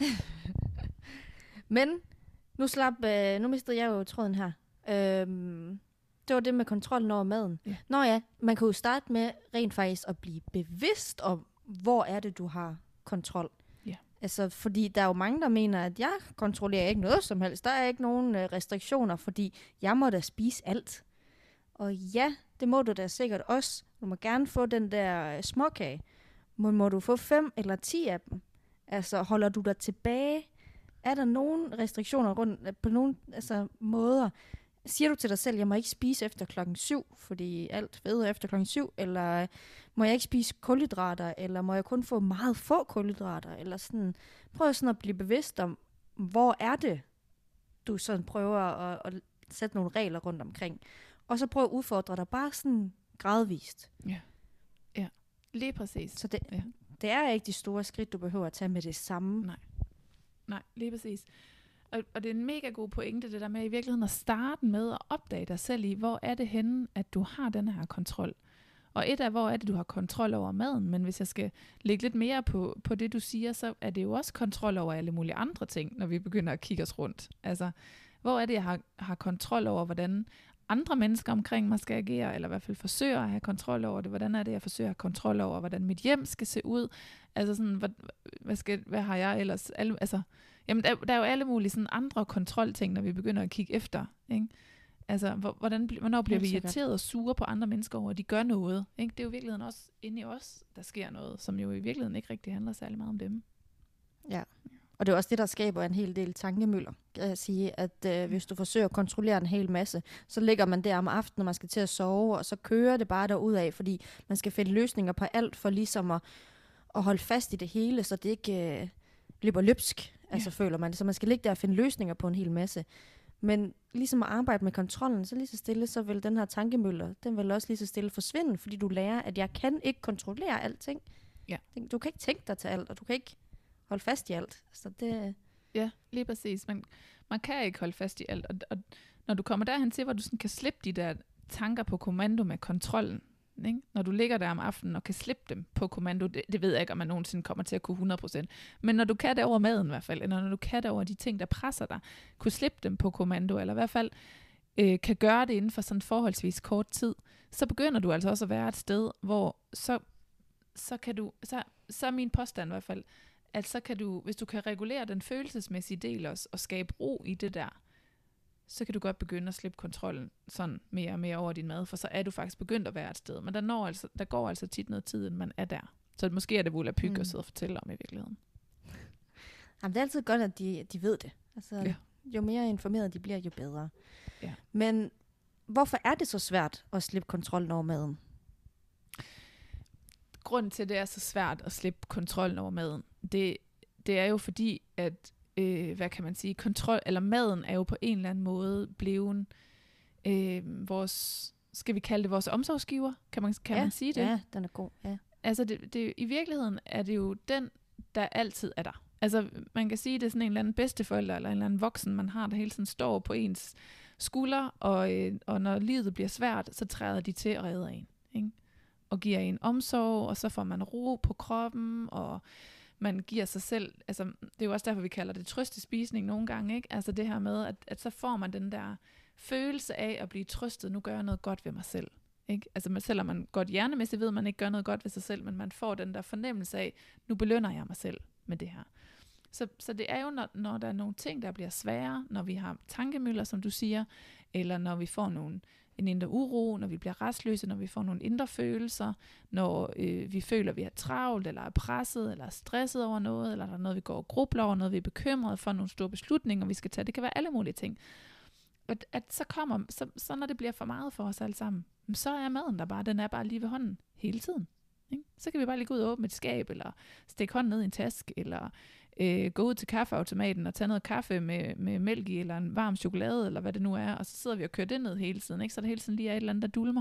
Men nu slap, øh, nu mistede jeg jo tråden her. Øhm, det var det med kontrollen over maden. Ja. Nå ja, man kan jo starte med rent faktisk at blive bevidst om, hvor er det, du har kontrol. Ja. Altså, fordi der er jo mange, der mener, at jeg kontrollerer ikke noget som helst. Der er ikke nogen øh, restriktioner, fordi jeg må da spise alt. Og ja, det må du da sikkert også. Du må gerne få den der øh, småkage. Men må du få fem eller ti af dem? Altså, holder du dig tilbage? Er der nogen restriktioner rundt på nogle altså, måder? Siger du til dig selv, jeg må ikke spise efter klokken syv, fordi alt ved efter klokken syv, eller må jeg ikke spise kulhydrater, eller må jeg kun få meget få kulhydrater, eller sådan. Prøv sådan at blive bevidst om, hvor er det, du sådan prøver at, at sætte nogle regler rundt omkring. Og så prøv at udfordre dig bare sådan gradvist. Ja, ja. Lige præcis. Så det, ja. det er ikke de store skridt, du behøver at tage med det samme. Nej, Nej lige præcis. Og, og det er en mega god pointe, det der med i virkeligheden at starte med at opdage dig selv i, hvor er det henne, at du har den her kontrol. Og et er, hvor er det, du har kontrol over maden, men hvis jeg skal lægge lidt mere på, på det, du siger, så er det jo også kontrol over alle mulige andre ting, når vi begynder at kigge os rundt. Altså, hvor er det, jeg har, har kontrol over, hvordan andre mennesker omkring mig skal agere, eller i hvert fald forsøger at have kontrol over det. Hvordan er det, jeg forsøger at have kontrol over, hvordan mit hjem skal se ud? Altså sådan, hvad, hvad, skal, hvad har jeg ellers? Alle, altså, jamen, der, der er jo alle mulige sådan andre kontrolting, når vi begynder at kigge efter, ikke? Altså, hvordan, hvornår bliver vi irriteret og sure på andre mennesker over, at de gør noget? Ikke? Det er jo i virkeligheden også inde i os, der sker noget, som jo i virkeligheden ikke rigtig handler særlig meget om dem. Ja, og det er også det, der skaber en hel del tankemøller. Kan jeg sige, at øh, hvis du forsøger at kontrollere en hel masse, så ligger man der om aftenen, når man skal til at sove, og så kører det bare derudad, fordi man skal finde løsninger på alt, for ligesom at, at holde fast i det hele, så det ikke øh, løber løbsk, altså ja. føler man det. Så man skal ligge der og finde løsninger på en hel masse. Men ligesom at arbejde med kontrollen, så lige så stille, så vil den her tankemøller, den vil også lige så stille forsvinde, fordi du lærer, at jeg kan ikke kontrollere alting. Ja. Du kan ikke tænke dig til alt, og du kan ikke holde fast i alt. Så det... Ja, lige præcis. Man, man kan ikke holde fast i alt, og, og når du kommer derhen til, hvor du sådan kan slippe de der tanker på kommando med kontrollen, ikke? Når du ligger der om aftenen og kan slippe dem på kommando, det, det ved jeg ikke, om man nogensinde kommer til at kunne hundrede procent, men når du kan det over maden i hvert fald, eller når du kan det over de ting, der presser dig, kunne slippe dem på kommando, eller i hvert fald øh, kan gøre det inden for sådan forholdsvis kort tid, så begynder du altså også at være et sted, hvor så, så kan du, så, så er min påstand i hvert fald, at så kan du, hvis du kan regulere den følelsesmæssige del også, og skabe ro i det der, så kan du godt begynde at slippe kontrollen sådan mere og mere over din mad, for så er du faktisk begyndt at være et sted. Men der, når altså, der går altså tit noget tid, inden man er der. Så måske er det volapyk mm. at sidde og fortælle om i virkeligheden. Jamen, det er altid godt, at de, de ved det. Altså, ja. Jo mere informeret de bliver, jo bedre. Ja. Men hvorfor er det så svært at slippe kontrollen over maden? Grunden til, at det er så svært at slippe kontrollen over maden, det, det er jo fordi, at Øh, hvad kan man sige, kontrol, eller maden er jo på en eller anden måde blevet øh, vores, skal vi kalde det vores omsorgsgiver, kan man, kan ja, man sige det? Ja, den er god, ja. Altså det, det, i virkeligheden er det jo den, der altid er der. Altså man kan sige, det er sådan en eller anden bedsteforælder, eller en eller anden voksen, man har, der hele tiden står på ens skulder, og, øh, og når livet bliver svært, så træder de til og redder en, ikke? Og giver en omsorg, og så får man ro på kroppen, og man giver sig selv, altså det er jo også derfor, vi kalder det trøstespisning nogle gange, ikke? Altså det her med, at, at så får man den der følelse af at blive trøstet, nu gør jeg noget godt ved mig selv, ikke? Altså man, selvom man godt hjernemæssigt ved, at man ikke gør noget godt ved sig selv, men man får den der fornemmelse af, nu belønner jeg mig selv med det her. Så, så det er jo, når, når der er nogle ting, der bliver svære, når vi har tankemøller, som du siger, eller når vi får nogle en indre uro, når vi bliver restløse, når vi får nogle indre følelser, når øh, vi føler, at vi er travlt, eller er presset, eller er stresset over noget, eller der er noget, vi går og grubler over, noget, vi er bekymret for, nogle store beslutninger, vi skal tage. Det kan være alle mulige ting. At, at så kommer, så, så når det bliver for meget for os alle sammen, så er maden der bare, den er bare lige ved hånden hele tiden. Ikke? Så kan vi bare lige gå ud og åbne et skab, eller stikke hånden ned i en taske, eller øh, gå ud til kaffeautomaten og tage noget kaffe med, med mælk i, eller en varm chokolade, eller hvad det nu er, og så sidder vi og kører det ned hele tiden, ikke? Så der hele tiden lige er et eller andet, der dulmer.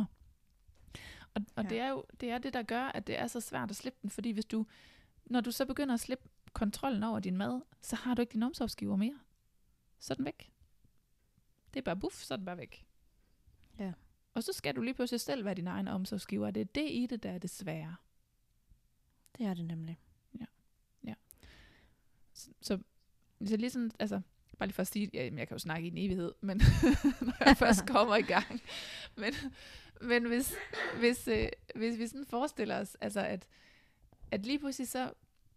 Og, og ja. det er jo det, er det, der gør, at det er så svært at slippe den, fordi hvis du, når du så begynder at slippe kontrollen over din mad, så har du ikke din omsorgsgiver mere. Så er den væk. Det er bare buff, så er den bare væk. Ja. Og så skal du lige pludselig selv være din egen omsorgsgiver. Det er det i det, der er det svære. Det er det nemlig. Ja. Ja. Så, så, så ligesom, altså, bare lige for at sige, ja, jeg kan jo snakke i en evighed, men når jeg først kommer i gang. Men, men hvis, hvis, øh, hvis vi sådan forestiller os, altså at, at lige pludselig så,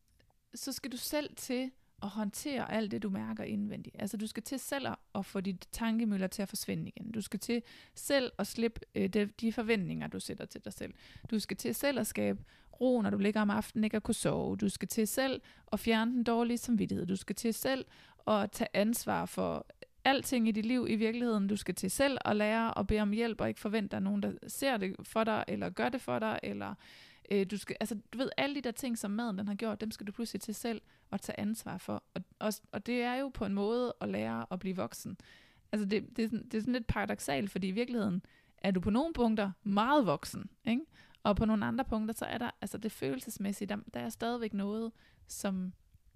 så skal du selv til at håndtere alt det, du mærker indvendigt. Altså du skal til selv at få dit tankemøller til at forsvinde igen. Du skal til selv at slippe øh, de, de forventninger, du sætter til dig selv. Du skal til selv at skabe ro, når du ligger om aftenen ikke at kunne sove. Du skal til selv at fjerne den dårlige samvittighed. Du skal til selv at tage ansvar for alting i dit liv i virkeligheden. Du skal til selv at lære at bede om hjælp, og ikke forvente, at nogen, der ser det for dig, eller gør det for dig, eller øh, du skal, altså du ved, alle de der ting, som maden den har gjort, dem skal du pludselig til selv at tage ansvar for. Og, og, og det er jo på en måde at lære at blive voksen. Altså det, det, er, sådan, det er sådan lidt paradoksalt, fordi i virkeligheden er du på nogle punkter meget voksen, ikke? Og på nogle andre punkter, så er der, altså det følelsesmæssige, der, der er stadigvæk noget, som,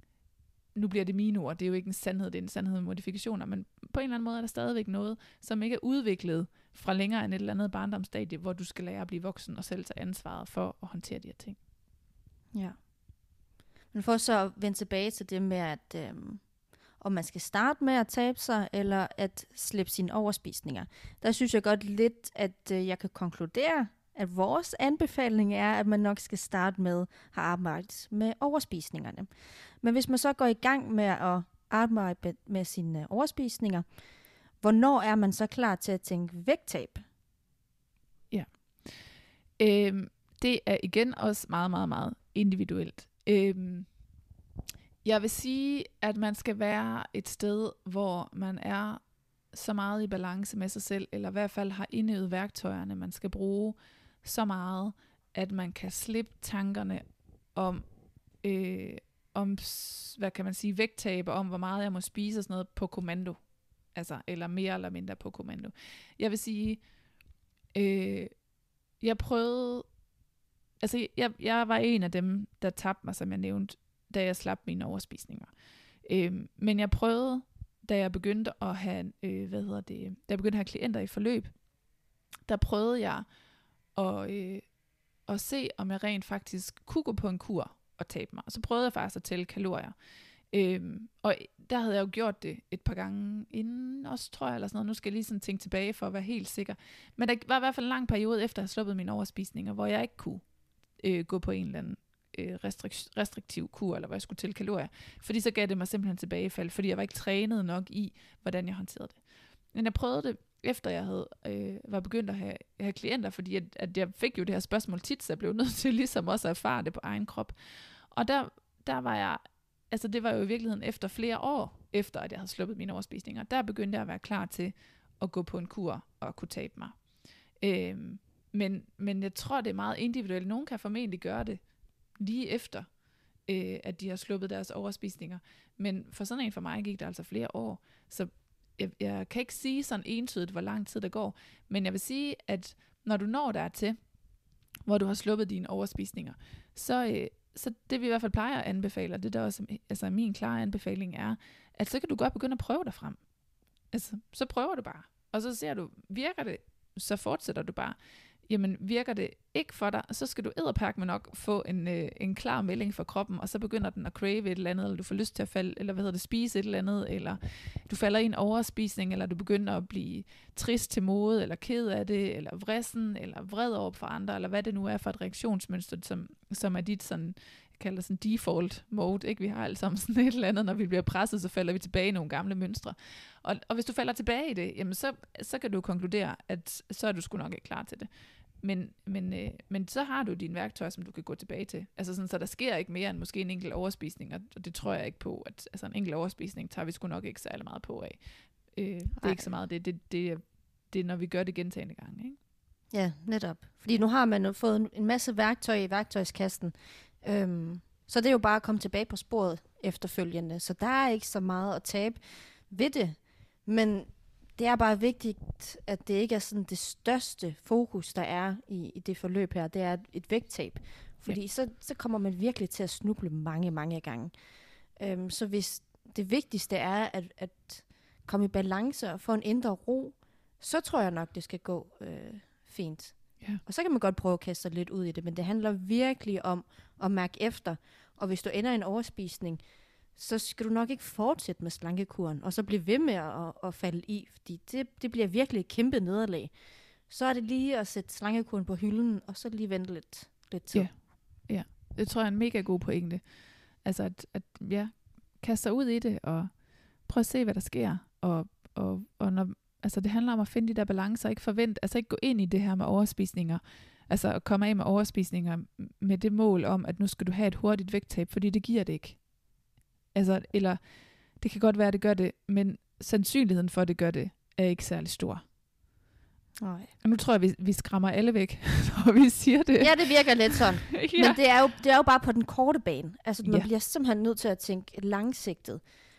nu bliver det mine ord, det er jo ikke en sandhed, det er en sandhed med modifikationer, men på en eller anden måde er der stadigvæk noget, som ikke er udviklet fra længere end et eller andet barndomsstadie, hvor du skal lære at blive voksen og selv tage ansvaret for at håndtere de her ting. Ja. Men for så at vende tilbage til det med, at øhm, om man skal starte med at tabe sig, eller at slippe sine overspisninger. Der synes jeg godt lidt, at øh, jeg kan konkludere, at vores anbefaling er, at man nok skal starte med at arbejde med overspisningerne. Men hvis man så går i gang med at arbejde med sine overspisninger, hvornår er man så klar til at tænke vægttab? Ja. Øhm, det er igen også meget, meget, meget individuelt. Øhm, jeg vil sige, at man skal være et sted, hvor man er så meget i balance med sig selv, eller i hvert fald har indøvet værktøjerne, man skal bruge så meget, at man kan slippe tankerne om, øh, om hvad kan man sige, vægttab, om hvor meget jeg må spise og sådan noget på kommando. Altså, eller mere eller mindre på kommando. Jeg vil sige, øh, jeg prøvede, altså jeg, jeg var en af dem, der tabte mig, som jeg nævnte, da jeg slap mine overspisninger. Øh, men jeg prøvede, da jeg begyndte at have, øh, hvad hedder det, da jeg begyndte at have klienter i forløb, der prøvede jeg at, øh, at se, om jeg rent faktisk kunne gå på en kur og tabe mig. Og så prøvede jeg faktisk at tælle kalorier. Øhm, og der havde jeg jo gjort det et par gange inden også, tror jeg, eller sådan noget. Nu skal jeg lige sådan tænke tilbage for at være helt sikker. Men der var i hvert fald en lang periode efter at have sluppet mine overspisninger, hvor jeg ikke kunne øh, gå på en eller anden øh, restrik- restriktiv kur, eller hvor jeg skulle tælle kalorier. Fordi så gav det mig simpelthen tilbagefald, fordi jeg var ikke trænet nok i, hvordan jeg håndterede det. Men jeg prøvede det, efter jeg havde, øh, var begyndt at have, have klienter, fordi at, at jeg fik jo det her spørgsmål tit, så jeg blev nødt til ligesom også at erfare det på egen krop. Og der, der var jeg, altså det var jo i virkeligheden efter flere år, efter at jeg havde sluppet mine overspisninger, der begyndte jeg at være klar til at gå på en kur og kunne tabe mig. Øhm, men, men jeg tror, det er meget individuelt. Nogen kan formentlig gøre det lige efter, øh, at de har sluppet deres overspisninger. Men for sådan en for mig gik der altså flere år, så Jeg, jeg kan ikke sige sådan entydigt, hvor lang tid der går, men jeg vil sige, at når du når dertil, hvor du har sluppet dine overspisninger, så, øh, så det vi i hvert fald plejer at anbefale, og det der også, altså min klare anbefaling er, at så kan du godt begynde at prøve dig frem. Altså, så prøver du bare, og så ser du, virker det, så fortsætter du bare. Jamen, virker det ikke for dig, så skal du edderpakke med nok få en, øh, en klar melding fra kroppen, og så begynder den at crave et eller andet, eller du får lyst til at falde, eller hvad hedder det, spise et eller andet, eller du falder i en overspisning, eller du begynder at blive trist til mode, eller ked af det, eller vrissen, eller vred over for andre, eller hvad det nu er for et reaktionsmønster, som, som er dit sådan, jeg kalder sådan default mode, ikke? Vi har alle sammen sådan et eller andet, når vi bliver presset, så falder vi tilbage i nogle gamle mønstre. Og, og hvis du falder tilbage i det, jamen så, så kan du konkludere, at så er du sgu nok ikke klar til det. Men, men, øh, men så har du dine værktøjer, som du kan gå tilbage til. Altså sådan, så der sker ikke mere end måske en enkelt overspisning, og det tror jeg ikke på. At, altså en enkelt overspisning tager vi sgu nok ikke særlig meget på af. Øh, det er ikke så meget det. Det, det, det er, når vi gør det gentagne gange, ikke? Ja, netop. Fordi nu har man jo fået en masse værktøj i værktøjskassen. Øhm, så det er jo bare at komme tilbage på sporet efterfølgende. Så der er ikke så meget at tabe ved det. Men det er bare vigtigt, at det ikke er sådan det største fokus, der er i, i det forløb her. Det er et vægttab. Fordi ja. så, så kommer man virkelig til at snuble mange, mange gange. Øhm, så hvis det vigtigste er at, at komme i balance og få en indre ro, så tror jeg nok, det skal gå øh, fint. Ja. Og så kan man godt prøve at kaste sig lidt ud i det, men det handler virkelig om at mærke efter. Og hvis du ender i en overspisning, så skal du nok ikke fortsætte med slankekuren, og så blive ved med at, at falde i, fordi det, det bliver virkelig et kæmpe nederlag. Så er det lige at sætte slankekuren på hylden, og så lige vente lidt, lidt tid. Ja. ja, det tror jeg er en mega god pointe. Altså at, at ja, kaste sig ud i det, og prøve at se, hvad der sker. Og, og, og når, altså det handler om at finde de der balancer, ikke forvente, altså ikke gå ind i det her med overspisninger, altså at komme af med overspisninger med det mål om, at nu skal du have et hurtigt vægttab, fordi det giver det ikke. Altså, eller det kan godt være, at det gør det, men sandsynligheden for, at det gør det, er ikke særlig stor. Nej. Og nu tror jeg, vi, vi skræmmer alle væk, når vi siger det. Ja, det virker lidt sådan. ja. Men det er, jo, det er jo bare på den korte bane. Altså, man ja. bliver simpelthen nødt til at tænke langsigtet.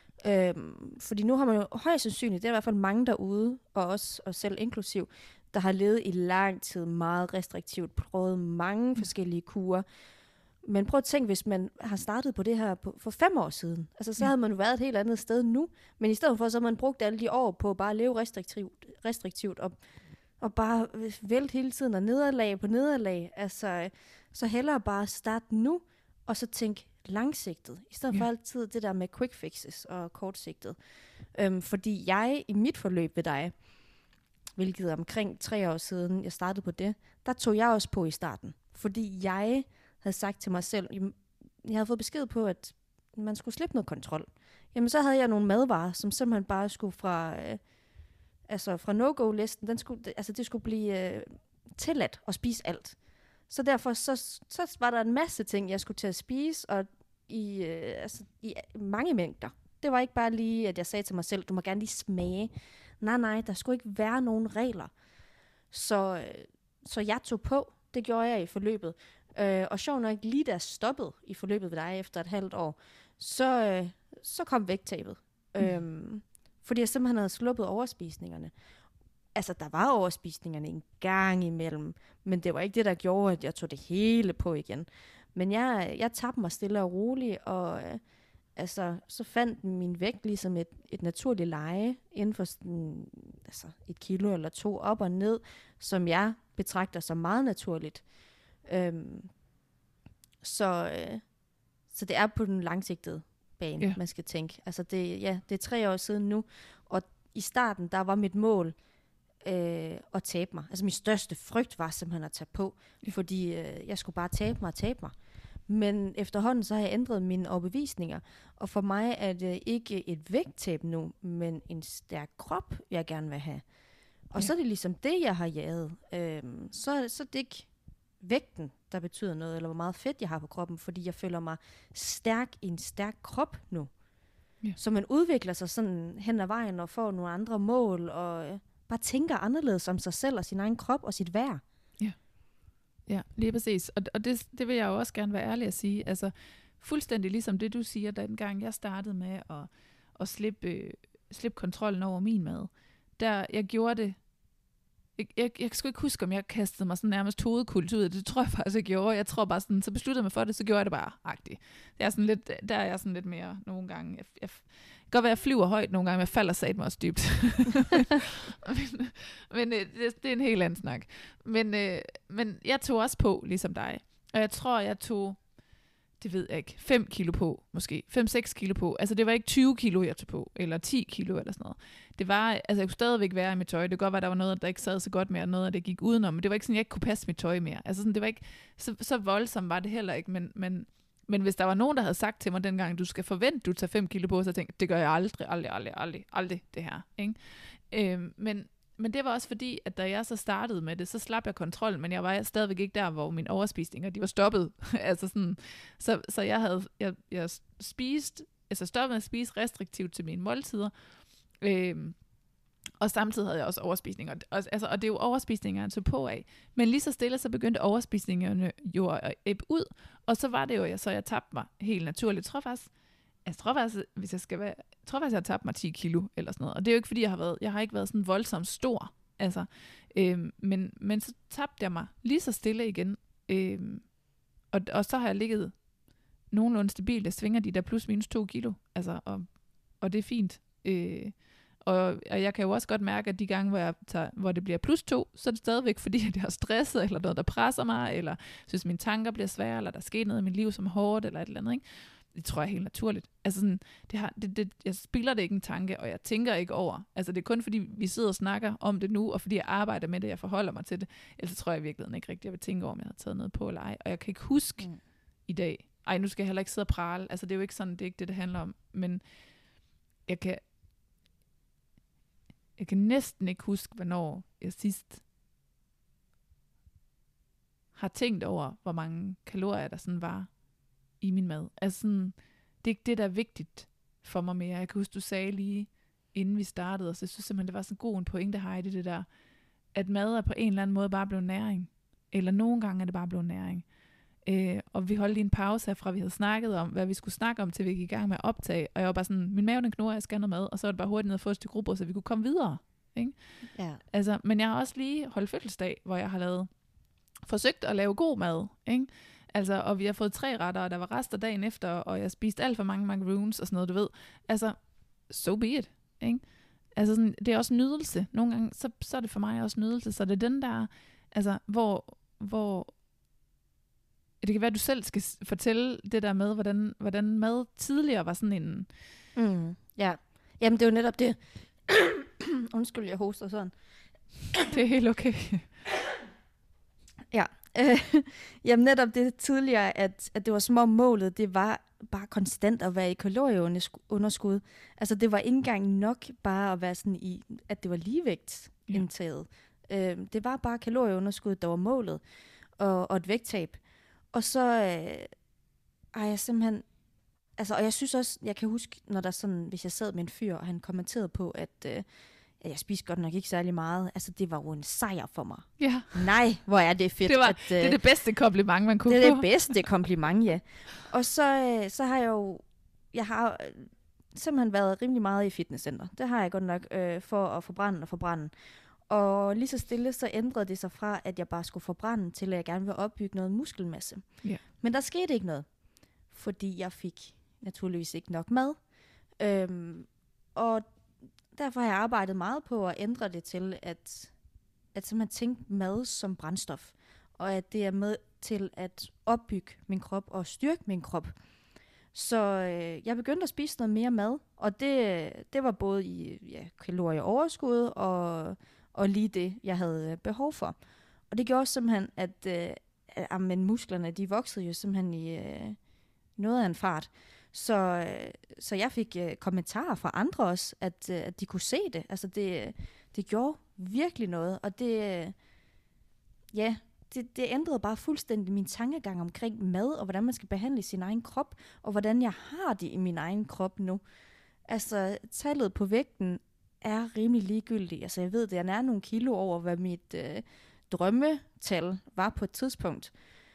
Øhm, fordi nu har man jo højst sandsynligt, det er i hvert fald mange derude, og også og selv inklusiv, der har levet i lang tid meget restriktivt, prøvet mange mm. forskellige kurer. Men prøv at tænke, hvis man har startet på det her på, for fem år siden. Altså, så ja. havde man jo været et helt andet sted nu. Men i stedet for, så har man brugt alle de år på at bare leve restriktivt, restriktivt og og bare vælte hele tiden, og nederlag på nederlag. Altså, så hellere bare starte nu, og så tænke langsigtet, i stedet ja. for altid det der med quick fixes og kortsigtet. Øhm, fordi jeg i mit forløb ved dig, hvilket omkring tre år siden, jeg startede på det, der tog jeg også på i starten. Fordi jeg havde sagt til mig selv, jeg havde fået besked på, at man skulle slippe noget kontrol. Jamen så havde jeg nogle madvarer, som simpelthen bare skulle fra, øh, altså fra no-go-listen, den skulle, altså det skulle blive øh, tilladt at spise alt. Så derfor så, så var der en masse ting, jeg skulle til at spise, og i, øh, altså, i mange mængder. Det var ikke bare lige, at jeg sagde til mig selv, du må gerne lige smage. Nej, nej, der skulle ikke være nogen regler. Så, øh, så jeg tog på, det gjorde jeg i forløbet. Øh, og sjovt nok, lige da jeg stoppede i forløbet ved dig efter et halvt år, så, øh, så kom vægttabet. Mm. Øhm, fordi jeg simpelthen havde sluppet overspisningerne. Altså, der var overspisningerne en gang imellem, men det var ikke det, der gjorde, at jeg tog det hele på igen. Men jeg, jeg tabte mig stille og roligt, og øh, altså, så fandt min vægt ligesom et, et naturligt leje inden for sådan, altså, et kilo eller to op og ned, som jeg betragter som meget naturligt. Øhm, så, øh, så det er på den langsigtede bane, yeah. man skal tænke. Altså, det, ja, det er tre år siden nu, og i starten, der var mit mål øh, at tabe mig. Altså min største frygt var simpelthen at tage på, ja. fordi øh, jeg skulle bare tabe mig og tabe mig. Men efterhånden så har jeg ændret mine overbevisninger, og for mig er det ikke et vægttab nu, men en stærk krop, jeg gerne vil have. Og ja. så er det ligesom det, jeg har jaget. Øhm, så, så det er ikke vægten, der betyder noget, eller hvor meget fedt jeg har på kroppen, fordi jeg føler mig stærk i en stærk krop nu. Ja. Så man udvikler sig sådan hen ad vejen og får nogle andre mål, og øh, bare tænker anderledes om sig selv og sin egen krop og sit værd. Ja, ja, lige præcis. Og, og det, det vil jeg jo også gerne være ærlig at sige. Altså, fuldstændig ligesom det, du siger, dengang jeg startede med at, at slippe, øh, slippe kontrollen over min mad. Der, jeg gjorde det. Jeg, jeg, jeg skal ikke huske, om jeg kastede mig sådan nærmest hovedkult ud. Det tror jeg faktisk, jeg gjorde. Jeg tror bare sådan, så besluttede jeg mig for det, så gjorde jeg det bare agtigt. Det er sådan lidt, der er jeg sådan lidt mere nogle gange. Jeg, jeg, det kan godt være, at jeg flyver højt nogle gange, men jeg falder sat mig også dybt. men men det, det er en helt anden snak. Men, øh, men jeg tog også på, ligesom dig. Og jeg tror, jeg tog, det ved jeg ikke, fem kilo på, måske. fem seks kilo på. Altså det var ikke tyve kilo, jeg tog på, eller ti kilo eller sådan noget. Det var, altså jeg kunne stadigvæk være i mit tøj. Det kunne godt være, der var noget, der ikke sad så godt mere, og noget, der gik udenom. Men det var ikke sådan, jeg ikke kunne passe mit tøj mere. Altså sådan, det var ikke, så, så voldsomt var det heller ikke. Men, men, men hvis der var nogen, der havde sagt til mig dengang, du skal forvente, du tager fem kilo på, så tænkte jeg, det gør jeg aldrig, aldrig, aldrig, aldrig, aldrig det her. Ikke? Øhm, men, men det var også fordi, at da jeg så startede med det, så slap jeg kontrollen, men jeg var stadigvæk ikke der, hvor mine overspisninger, de var stoppet. altså sådan, så, så jeg havde, jeg, jeg spist, altså stoppet med at spise restriktivt til mine måltider, øhm, og samtidig havde jeg også overspisninger. Og, altså, og det er jo overspisninger, jeg tog på af. Men lige så stille, så begyndte overspisningerne jo at ebbe ud, og så var det jo, så jeg tabte mig helt naturligt. Jeg tror faktisk, jeg tror faktisk, hvis jeg skal være, jeg tror faktisk, jeg har tabt mig ti kilo eller sådan noget. Og det er jo ikke, fordi jeg har været, jeg har ikke været sådan voldsomt stor. Altså, øhm, men, men så tabte jeg mig lige så stille igen. Øhm, og, og så har jeg ligget nogenlunde stabilt. Jeg svinger de der plus minus to kilo. Altså, og, og det er fint. Øh, og, og jeg kan jo også godt mærke, at de gange, hvor, jeg tager, hvor det bliver plus to, så er det stadigvæk, fordi jeg har stresset, eller noget, der presser mig, eller synes, mine tanker bliver svære, eller der sker noget i mit liv som hårdt, eller et eller andet, ikke? Det tror jeg er helt naturligt. Altså sådan, det har, det, det, jeg spilder det ikke en tanke, og jeg tænker ikke over. Altså det er kun fordi, vi sidder og snakker om det nu, og fordi jeg arbejder med det, jeg forholder mig til det. Ellers tror jeg i virkeligheden ikke rigtigt, jeg vil tænke over, om jeg har taget noget på eller ej. Og jeg kan ikke huske mm. i dag. Ej, nu skal jeg heller ikke sidde og prale. Altså det er jo ikke sådan, det er ikke det, det handler om. Men jeg kan, jeg kan næsten ikke huske, hvornår jeg sidst har tænkt over, hvor mange kalorier der sådan var i min mad. Altså sådan, det er ikke det, der er vigtigt for mig mere. Jeg kan huske, du sagde lige, inden vi startede, og så jeg synes simpelthen, det var sådan god en pointe, Heidi, det der, at mad er på en eller anden måde bare blevet næring. Eller nogle gange er det bare blevet næring. Øh, og vi holdt lige en pause herfra, vi havde snakket om, hvad vi skulle snakke om, til vi gik i gang med at optage. Og jeg var bare sådan, min mave den knurrer, jeg skal have noget mad, og så var det bare hurtigt ned og få et stykke rugbrød, så vi kunne komme videre. Ikke? Ja. Altså, men jeg har også lige holdt fødselsdag, hvor jeg har lavet, forsøgt at lave god mad, ikke? Altså, og vi har fået tre retter, og der var rester dagen efter, og jeg spiste alt for mange macaroons og sådan noget, du ved. Altså, so be it, ikke? Altså sådan, det er også nydelse. Nogle gange, så, så er det for mig også nydelse. Så det er den der, altså, hvor, hvor det kan være, at du selv skal fortælle det der med, hvordan, hvordan mad tidligere var sådan en... Mm, ja, jamen det er jo netop det. Undskyld, jeg hoster sådan. Det er helt okay. Ja, øh, jamen netop det tidligere, at, at det var som om målet, det var bare konstant at være i kalorieunderskud. Altså det var ikke engang nok bare at være sådan i, at det var ligevægtsindtaget. Ja. Øh, det var bare kalorieunderskud, der var målet, og, og et vægttab. Og så øh, har jeg simpelthen, altså og jeg synes også, jeg kan huske, når der sådan, hvis jeg sad med en fyr, og han kommenterede på, at øh, jeg spiste godt nok ikke særlig meget. Altså, det var jo en sejr for mig. Ja. Nej, hvor er det fedt. Det, var, at, øh, det er det bedste kompliment, man kunne få. Det er det bedste kompliment, ja. Og så, øh, så har jeg jo, jeg har simpelthen været rimelig meget i fitnesscenter. Det har jeg godt nok øh, for at forbrænde og forbrænde. Og lige så stille, så ændrede det sig fra, at jeg bare skulle forbrænde, til at jeg gerne ville opbygge noget muskelmasse. Ja. Men der skete ikke noget, fordi jeg fik naturligvis ikke nok mad. Øhm, og derfor har jeg arbejdet meget på at ændre det til, at, at simpelthen tænke mad som brændstof. Og at det er med til at opbygge min krop og styrke min krop. Så øh, jeg begyndte at spise noget mere mad. Og det, det var både i ja, kalorieoverskud og, og lige det, jeg havde behov for. Og det gjorde simpelthen, at, øh, at men musklerne de voksede jo simpelthen i øh, noget af en fart. Så, så jeg fik uh, kommentarer fra andre også, at, uh, at de kunne se det. Altså det, det gjorde virkelig noget, og det, uh, ja, det, det ændrede bare fuldstændig min tankegang omkring mad, og hvordan man skal behandle sin egen krop, og hvordan jeg har det i min egen krop nu. Altså tallet på vægten er rimelig ligegyldigt. Altså jeg ved, at jeg er nogle kilo over, hvad mit uh, drømmetal var på et tidspunkt.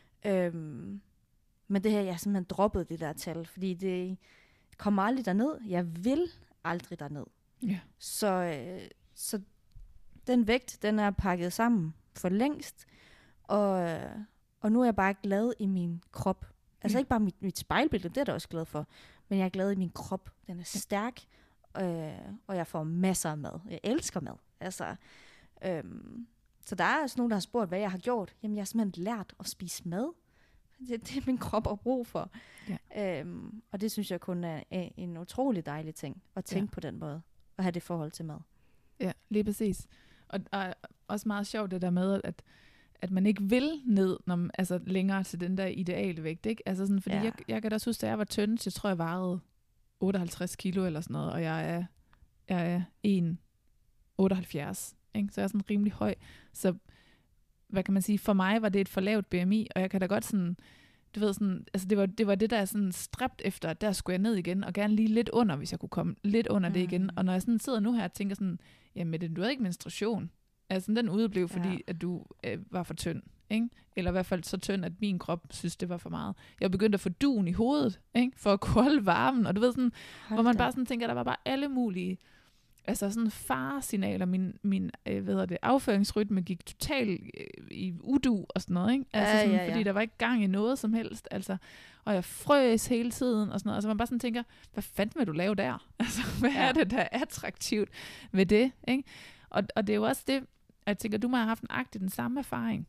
Øhm, Men det her, jeg har simpelthen droppet det der tal, fordi det kommer aldrig derned. Jeg vil aldrig derned. Ja. Så, øh, så den vægt, den er pakket sammen for længst, og, øh, og nu er jeg bare glad i min krop. Altså ja. ikke bare mit, mit spejlbillede, det er jeg da også glad for, men jeg er glad i min krop. Den er stærk, øh, og jeg får masser af mad. Jeg elsker mad. Altså, øh, så der er også nogen, der har spurgt, hvad jeg har gjort. Jamen, jeg har simpelthen lært at spise mad. Det, det er min krop har brug for. Ja. Øhm, og det synes jeg kun er en utrolig dejlig ting, at tænke ja. på den måde, og have det forhold til mad. Ja, lige præcis. Og, og også meget sjovt det der med, at, at man ikke vil ned når, altså længere til den der ideale vægt. Ikke? Altså sådan, fordi ja. jeg, jeg kan da også huske, at jeg var tynd, så jeg tror, jeg vejede otteoghalvtreds kilo eller sådan noget, og jeg er, jeg er en komma otteoghalvfjerds. Ikke? Så jeg er sådan rimelig høj. Så hvad kan man sige, for mig var det et for lavt B M I, og jeg kan da godt sådan, du ved sådan, altså det var det, var det der sådan stræbt efter, at der skulle jeg ned igen, og gerne lige lidt under, hvis jeg kunne komme lidt under mm. det igen. Og når jeg sådan sidder nu her og tænker sådan, jamen du havde ikke menstruation. Altså den udeblev, fordi ja. at du øh, var for tynd, ikke? Eller i hvert fald så tynd, at min krop synes, det var for meget. Jeg begyndte at få duen i hovedet, ikke? For at kunne holde varmen, og du ved sådan, Hold hvor man da. bare sådan tænker, der var bare alle mulige, altså sådan faresignaler, min, min øh, hvad hedder det, afføringsrytme gik totalt øh, i udu og sådan noget, ikke? Altså ja, sådan, ja, ja. fordi der var ikke gang i noget som helst, altså, og jeg frøs hele tiden og sådan noget, altså man bare sådan tænker, hvad fanden vil du lave der? Altså, hvad ja. er det, der er attraktivt ved det, ikke? Og, og det er jo også det, jeg tænker, du må have haft en agtig den samme erfaring,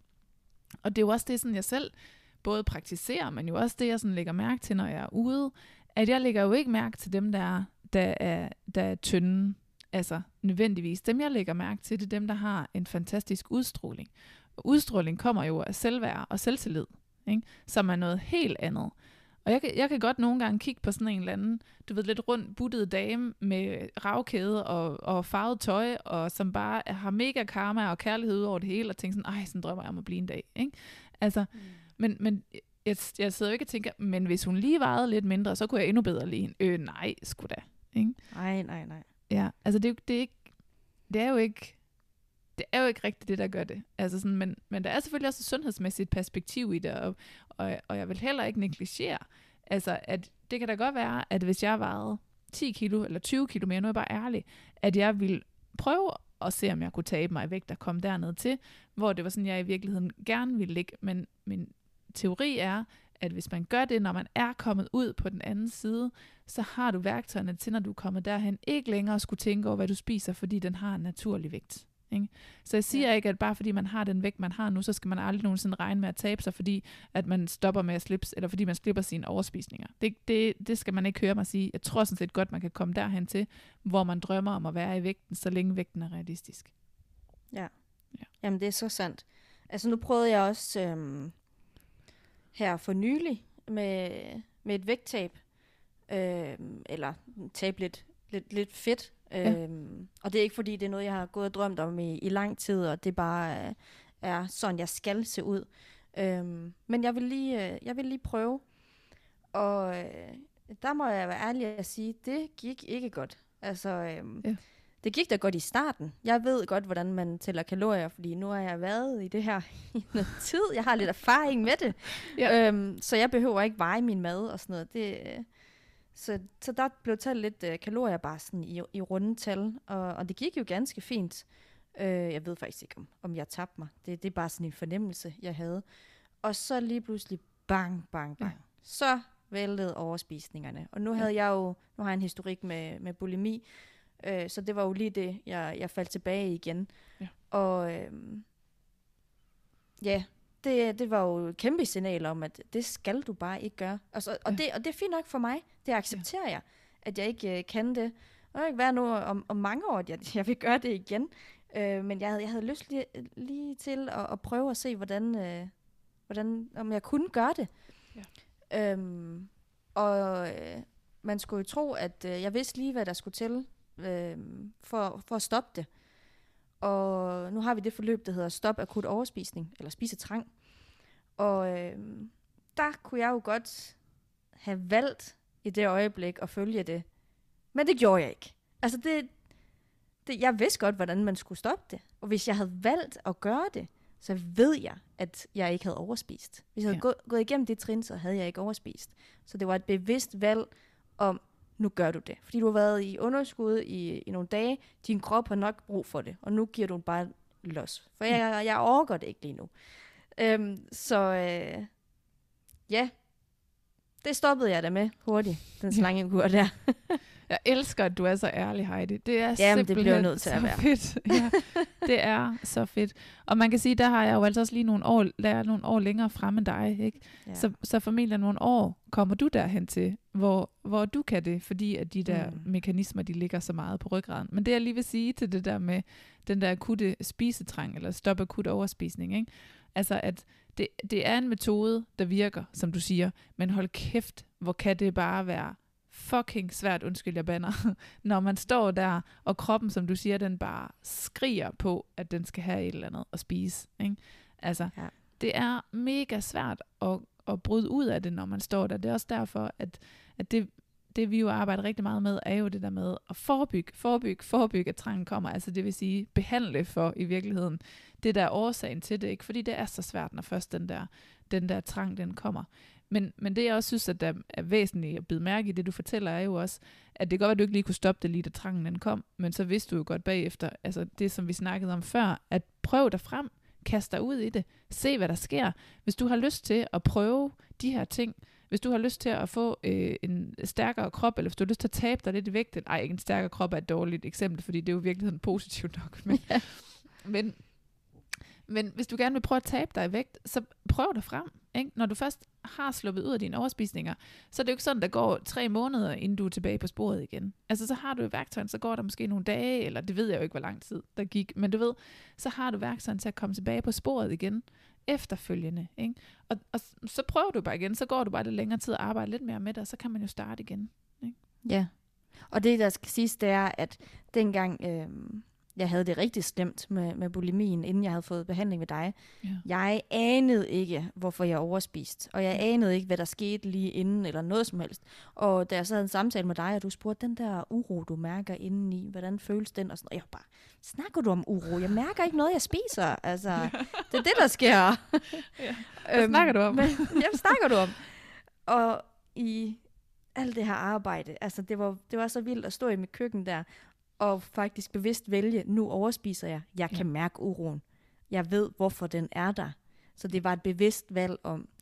og det er jo også det, sådan jeg selv både praktiserer, men jo også det, jeg sådan lægger mærke til, når jeg er ude, at jeg lægger jo ikke mærke til dem, der, der, er, der er tynde, altså nødvendigvis. Dem, jeg lægger mærke til, det er dem, der har en fantastisk udstråling. Og udstråling kommer jo af selvværd og selvtillid, ikke? Som er noget helt andet. Og jeg kan, jeg kan godt nogle gange kigge på sådan en eller anden, du ved, lidt rundt buttet dame med ravkæde og, og farvet tøj, og som bare har mega karma og kærlighed ud over det hele, og tænker sådan, ej, sådan drømmer jeg om at blive en dag, ikke? Altså, mm. men, men jeg, jeg sidder jo ikke og tænker, men hvis hun lige vejede lidt mindre, så kunne jeg endnu bedre lide en. Øh, nej, sgu da, ikke? Nej, nej, nej. Ja, altså det, det, er ikke, det er jo ikke, det er jo ikke rigtigt det, der gør det. Altså sådan, men, men der er selvfølgelig også et sundhedsmæssigt perspektiv i det, og, og, og jeg vil heller ikke negligere, altså at det kan da godt være, at hvis jeg vejede ti kilo eller tyve kilo mere, nu er jeg bare ærlig, at jeg vil prøve at se, om jeg kunne tabe mig i vægt og komme derned til, hvor det var sådan, jeg i virkeligheden gerne ville ligge, men min teori er, at hvis man gør det, når man er kommet ud på den anden side, så har du værktøjerne til, når du er kommet derhen, ikke længere skulle tænke over, hvad du spiser, fordi den har en naturlig vægt. Ikke? Så jeg siger ja. ikke, at bare fordi man har den vægt, man har nu, så skal man aldrig nogensinde regne med at tabe sig, fordi at man stopper med at slippe, eller fordi man slipper sine overspisninger. Det, det, det skal man ikke høre mig sige. Jeg tror sådan set godt, man kan komme derhen til, hvor man drømmer om at være i vægten, så længe vægten er realistisk. Ja. ja. Jamen, det er så sandt. Altså, nu prøvede jeg også øhm, her for nylig med, med et vægttab, øhm, eller tab lidt, lidt, lidt fedt. Ja. Øhm, og det er ikke fordi, det er noget, jeg har gået og drømt om i, i lang tid, og det bare øh, er sådan, jeg skal se ud. Øhm, men jeg vil lige, øh, jeg vil lige prøve, og øh, der må jeg være ærlig at sige, det gik ikke godt. Altså, øhm, ja. det gik da godt i starten. Jeg ved godt, hvordan man tæller kalorier, fordi nu har jeg været i det her i noget tid. Jeg har lidt erfaring med det, ja. øhm, så jeg behøver ikke veje min mad og sådan noget. Det øh, Så, så der blev talt lidt øh, kalorier bare sådan i, i runde tal, og, og det gik jo ganske fint. Øh, jeg ved faktisk ikke, om, om jeg tabte mig. Det, det er bare sådan en fornemmelse, jeg havde. Og så lige pludselig, bang, bang, bang. Ja. Så væltede overspisningerne. Og nu havde ja. jeg jo, nu har jeg en historik med, med bulimi, øh, så det var jo lige det, jeg, jeg faldt tilbage igen. Ja. Og øh, ja, Det, det var jo et kæmpe signal om, at det skal du bare ikke gøre. Altså, og, ja. det, og det er fint nok for mig. Det accepterer ja. jeg, at jeg ikke uh, kan det. Og det kan ikke være nu om, om mange år, at jeg, jeg vil gøre det igen. Uh, men jeg havde, jeg havde lyst lige, lige til at, at prøve at se, hvordan, uh, hvordan, om jeg kunne gøre det. Ja. Um, og uh, man skulle jo tro, at uh, jeg vidste lige, hvad der skulle til uh, for, for at stoppe det. Og nu har vi det forløb, der hedder stop akut overspisning, eller spisetrang. Og øh, der kunne jeg jo godt have valgt i det øjeblik at følge det. Men det gjorde jeg ikke. Altså det, det, jeg vidste godt, hvordan man skulle stoppe det. Og hvis jeg havde valgt at gøre det, så ved jeg, at jeg ikke havde overspist. Hvis jeg havde ja. gå, gået igennem det trin, så havde jeg ikke overspist. Så det var et bevidst valg om, nu gør du det. Fordi du har været i underskud i, i nogle dage. Din krop har nok brug for det. Og nu giver du bare los. For jeg, jeg overgår det ikke lige nu. Øhm, så øh, ja, det stoppede jeg da med hurtigt. Den slange kur der. Jeg elsker, at du er så ærlig, Heidi. Det er Jamen, simpelthen det bliver nødt til at være. Fedt. Ja, det er så fedt. Og man kan sige, der har jeg jo altså også lige nogle år, lært nogle år længere frem end dig. Ikke? Ja. Så, så formentlig nogle år kommer du derhen til, hvor, hvor du kan det, fordi at de der mm. mekanismer, de ligger så meget på ryggraden. Men det jeg lige vil sige til det der med den der akutte spisetrang, eller stop akut overspisning, ikke? Altså at det, det er en metode, der virker, som du siger, men hold kæft, hvor kan det bare være fucking svært, undskyld jeg bander, når man står der, og kroppen, som du siger, den bare skriger på, at den skal have et eller andet at spise. Ikke? Altså, ja. Det er mega svært at, at bryde ud af det, når man står der. Det er også derfor, at, at det, det vi jo arbejder rigtig meget med, er jo det der med at forebygge, forebygge, forebygge, at trangen kommer. Altså det vil sige, behandle for i virkeligheden det der er årsagen til det, ikke? Fordi det er så svært, når først den der, den der trang, den kommer. Men, men det jeg også synes, at der er væsentligt at bide mærke i det, du fortæller, er jo også, at det godt var, at du ikke lige kunne stoppe det lige, da trangen den kom, men så vidste du jo godt bagefter, altså det, som vi snakkede om før, at prøv dig frem, kast dig ud i det, se hvad der sker. Hvis du har lyst til at prøve de her ting, hvis du har lyst til at få øh, en stærkere krop, eller hvis du har lyst til at tabe dig lidt i vægt, ej, ikke en stærkere krop er et dårligt eksempel, fordi det er jo i virkeligheden positivt nok, men, ja. men, men hvis du gerne vil prøve at tabe dig i vægt, så prøv dig frem. Ikke? Når du først har sluppet ud af dine overspisninger, så er det jo ikke sådan, der går tre måneder, inden du er tilbage på sporet igen. Altså så har du værktøjen, så går der måske nogle dage, eller det ved jeg jo ikke, hvor lang tid der gik, men du ved, så har du værktøjen til at komme tilbage på sporet igen, efterfølgende. Ikke? Og, og så prøver du bare igen, så går du bare lidt længere tid og arbejder lidt mere med det, og så kan man jo starte igen. Ikke? Ja, og det der skal siges, det er, at dengang øh, jeg havde det rigtig slemt med, med bulimien, inden jeg havde fået behandling med dig. Ja. Jeg anede ikke, hvorfor jeg overspiste, og jeg anede ikke, hvad der skete lige inden, eller noget som helst. Og da jeg så havde en samtale med dig, og du spurgte, den der uro, du mærker indeni, hvordan føles den? Og sådan, og jeg bare, snakker du om uro? Jeg mærker ikke noget, jeg spiser. Altså, ja. Det er det, der sker. Ja. Hvad øhm, snakker du om? Men, hvad snakker du om? Og i alt det her arbejde, altså det var, det var så vildt at stå i mit køkken der, og faktisk bevidst vælge, nu overspiser jeg. Jeg kan ja. mærke uroen. Jeg ved, hvorfor den er der. Så det var et bevidst valg om,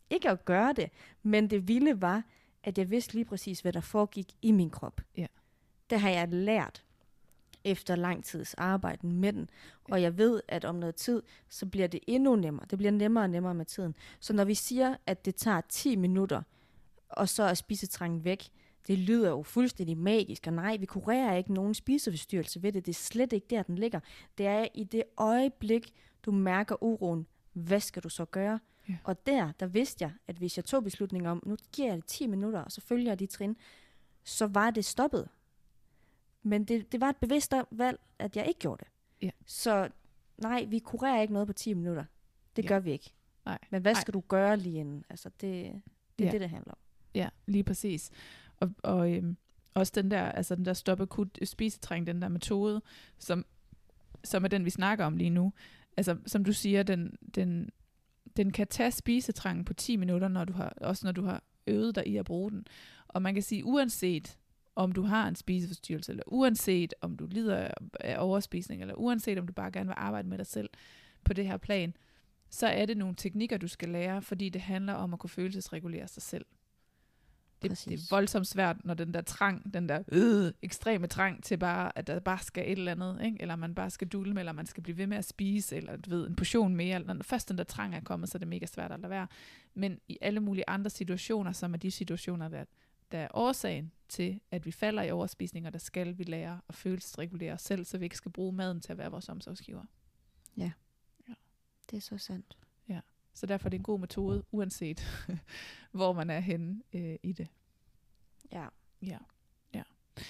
ikke at gøre det, men det vilde var, at jeg vidste lige præcis, hvad der foregik i min krop. Ja. Det har jeg lært efter lang tids arbejde med den. Og jeg ved, at om noget tid, så bliver det endnu nemmere. Det bliver nemmere og nemmere med tiden. Så når vi siger, at det tager ti minutter, og så er spisetrangen væk, det lyder jo fuldstændig magisk. Og nej, vi kurerer ikke nogen spiseforstyrrelse ved det. Det er slet ikke der, den ligger. Det er i det øjeblik, du mærker uroen. Hvad skal du så gøre? Ja. Og der, der vidste jeg, at hvis jeg tog beslutningen om, nu giver jeg det ti minutter, og så følger jeg de trin, så var det stoppet. Men det, det var et bevidst valg, at jeg ikke gjorde det. Ja. Så nej, vi kurerer ikke noget på ti minutter. Det ja. gør vi ikke. Nej. Men hvad Nej. skal du gøre lige inden? Altså, det, det er Ja. det, det handler om. Ja, lige præcis. Og, og øhm, også den der, altså den der stop akut spisetræng, den der metode, som, som er den, vi snakker om lige nu. Altså, som du siger, den, den, den kan tage spisetrangen på ti minutter, når du har, også når du har øvet dig i at bruge den. Og man kan sige, uanset om du har en spiseforstyrrelse, eller uanset om du lider af overspisning, eller uanset om du bare gerne vil arbejde med dig selv på det her plan, så er det nogle teknikker, du skal lære, fordi det handler om at kunne følelsesregulere sig selv. Det, det er voldsomt svært, når den der trang, den der øh, ekstreme trang til bare, at der bare skal et eller andet, ikke? Eller man bare skal dulme, eller man skal blive ved med at spise, eller du ved, en portion mere. Eller når først den der trang er kommet, så er det mega svært at lade være. Men i alle mulige andre situationer, som er de situationer, der, der er årsagen til, at vi falder i overspisninger, der skal vi lære at følelsesregulere os selv, så vi ikke skal bruge maden til at være vores omsorgsgiver. Ja, ja. Det er så sandt. Ja, så derfor er det en god metode, uanset hvor man er henne øh, i det. Ja. Ja, ja.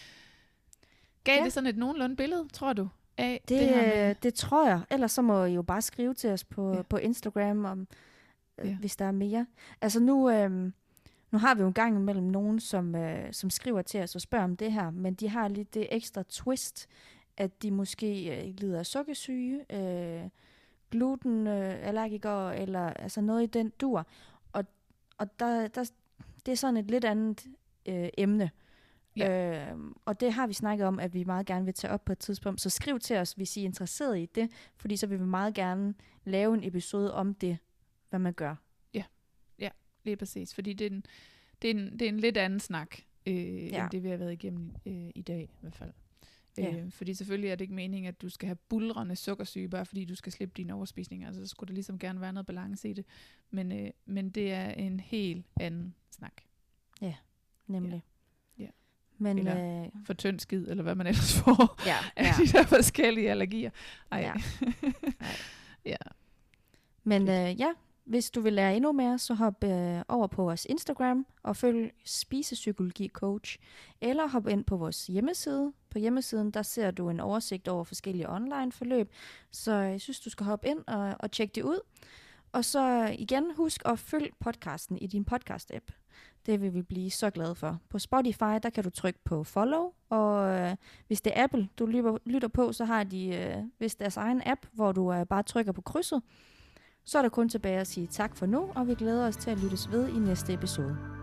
Gav ja. det sådan et nogenlunde billede, tror du? Af det, det, her med... det tror jeg. Ellers så må I jo bare skrive til os på, ja. på Instagram, om, øh, ja. hvis der er mere. Altså nu, øh, nu har vi jo en gang imellem nogen, som, øh, som skriver til os og spørger om det her, men de har lidt det ekstra twist, at de måske øh, lider af sukkersyge, øh, glutenallergikere, øh, eller altså noget i den dur. Og, og der, der, det er sådan et lidt andet øh, emne. Ja. Øh, og det har vi snakket om, at vi meget gerne vil tage op på et tidspunkt. Så skriv til os, hvis I er interesseret i det, fordi så vil vi meget gerne lave en episode om det, hvad man gør. Ja, ja, lige præcis. Fordi det er en, det er en, det er en lidt anden snak, øh, ja. end det vi har været igennem øh, i dag i hvert fald. Ja. Øh, fordi selvfølgelig er det ikke meningen, at du skal have bulrende sukkersyge, bare fordi du skal slippe dine overspisninger. Altså, så skulle der ligesom gerne være noget balance i det. Men, øh, men det er en helt anden snak. Ja, nemlig. Ja. Ja. Men, eller øh, for tynd skid, eller hvad man ellers får ja, af ja. de der forskellige allergier. Ej. Ja. ja. Men øh, ja, hvis du vil lære endnu mere, så hop øh, over på vores Instagram og følg Spisepsykologi Coach. Eller hop ind på vores hjemmeside. På hjemmesiden, der ser du en oversigt over forskellige online forløb. Så jeg synes, du skal hoppe ind og, og tjekke det ud. Og så igen, husk at følge podcasten i din podcast-app. Det vil vi blive så glade for. På Spotify, der kan du trykke på follow, og øh, hvis det er Apple, du lytter, lytter på, så har de øh, hvis deres egen app, hvor du øh, bare trykker på krydset. Så er der kun tilbage at sige tak for nu, og vi glæder os til at lyttes ved i næste episode.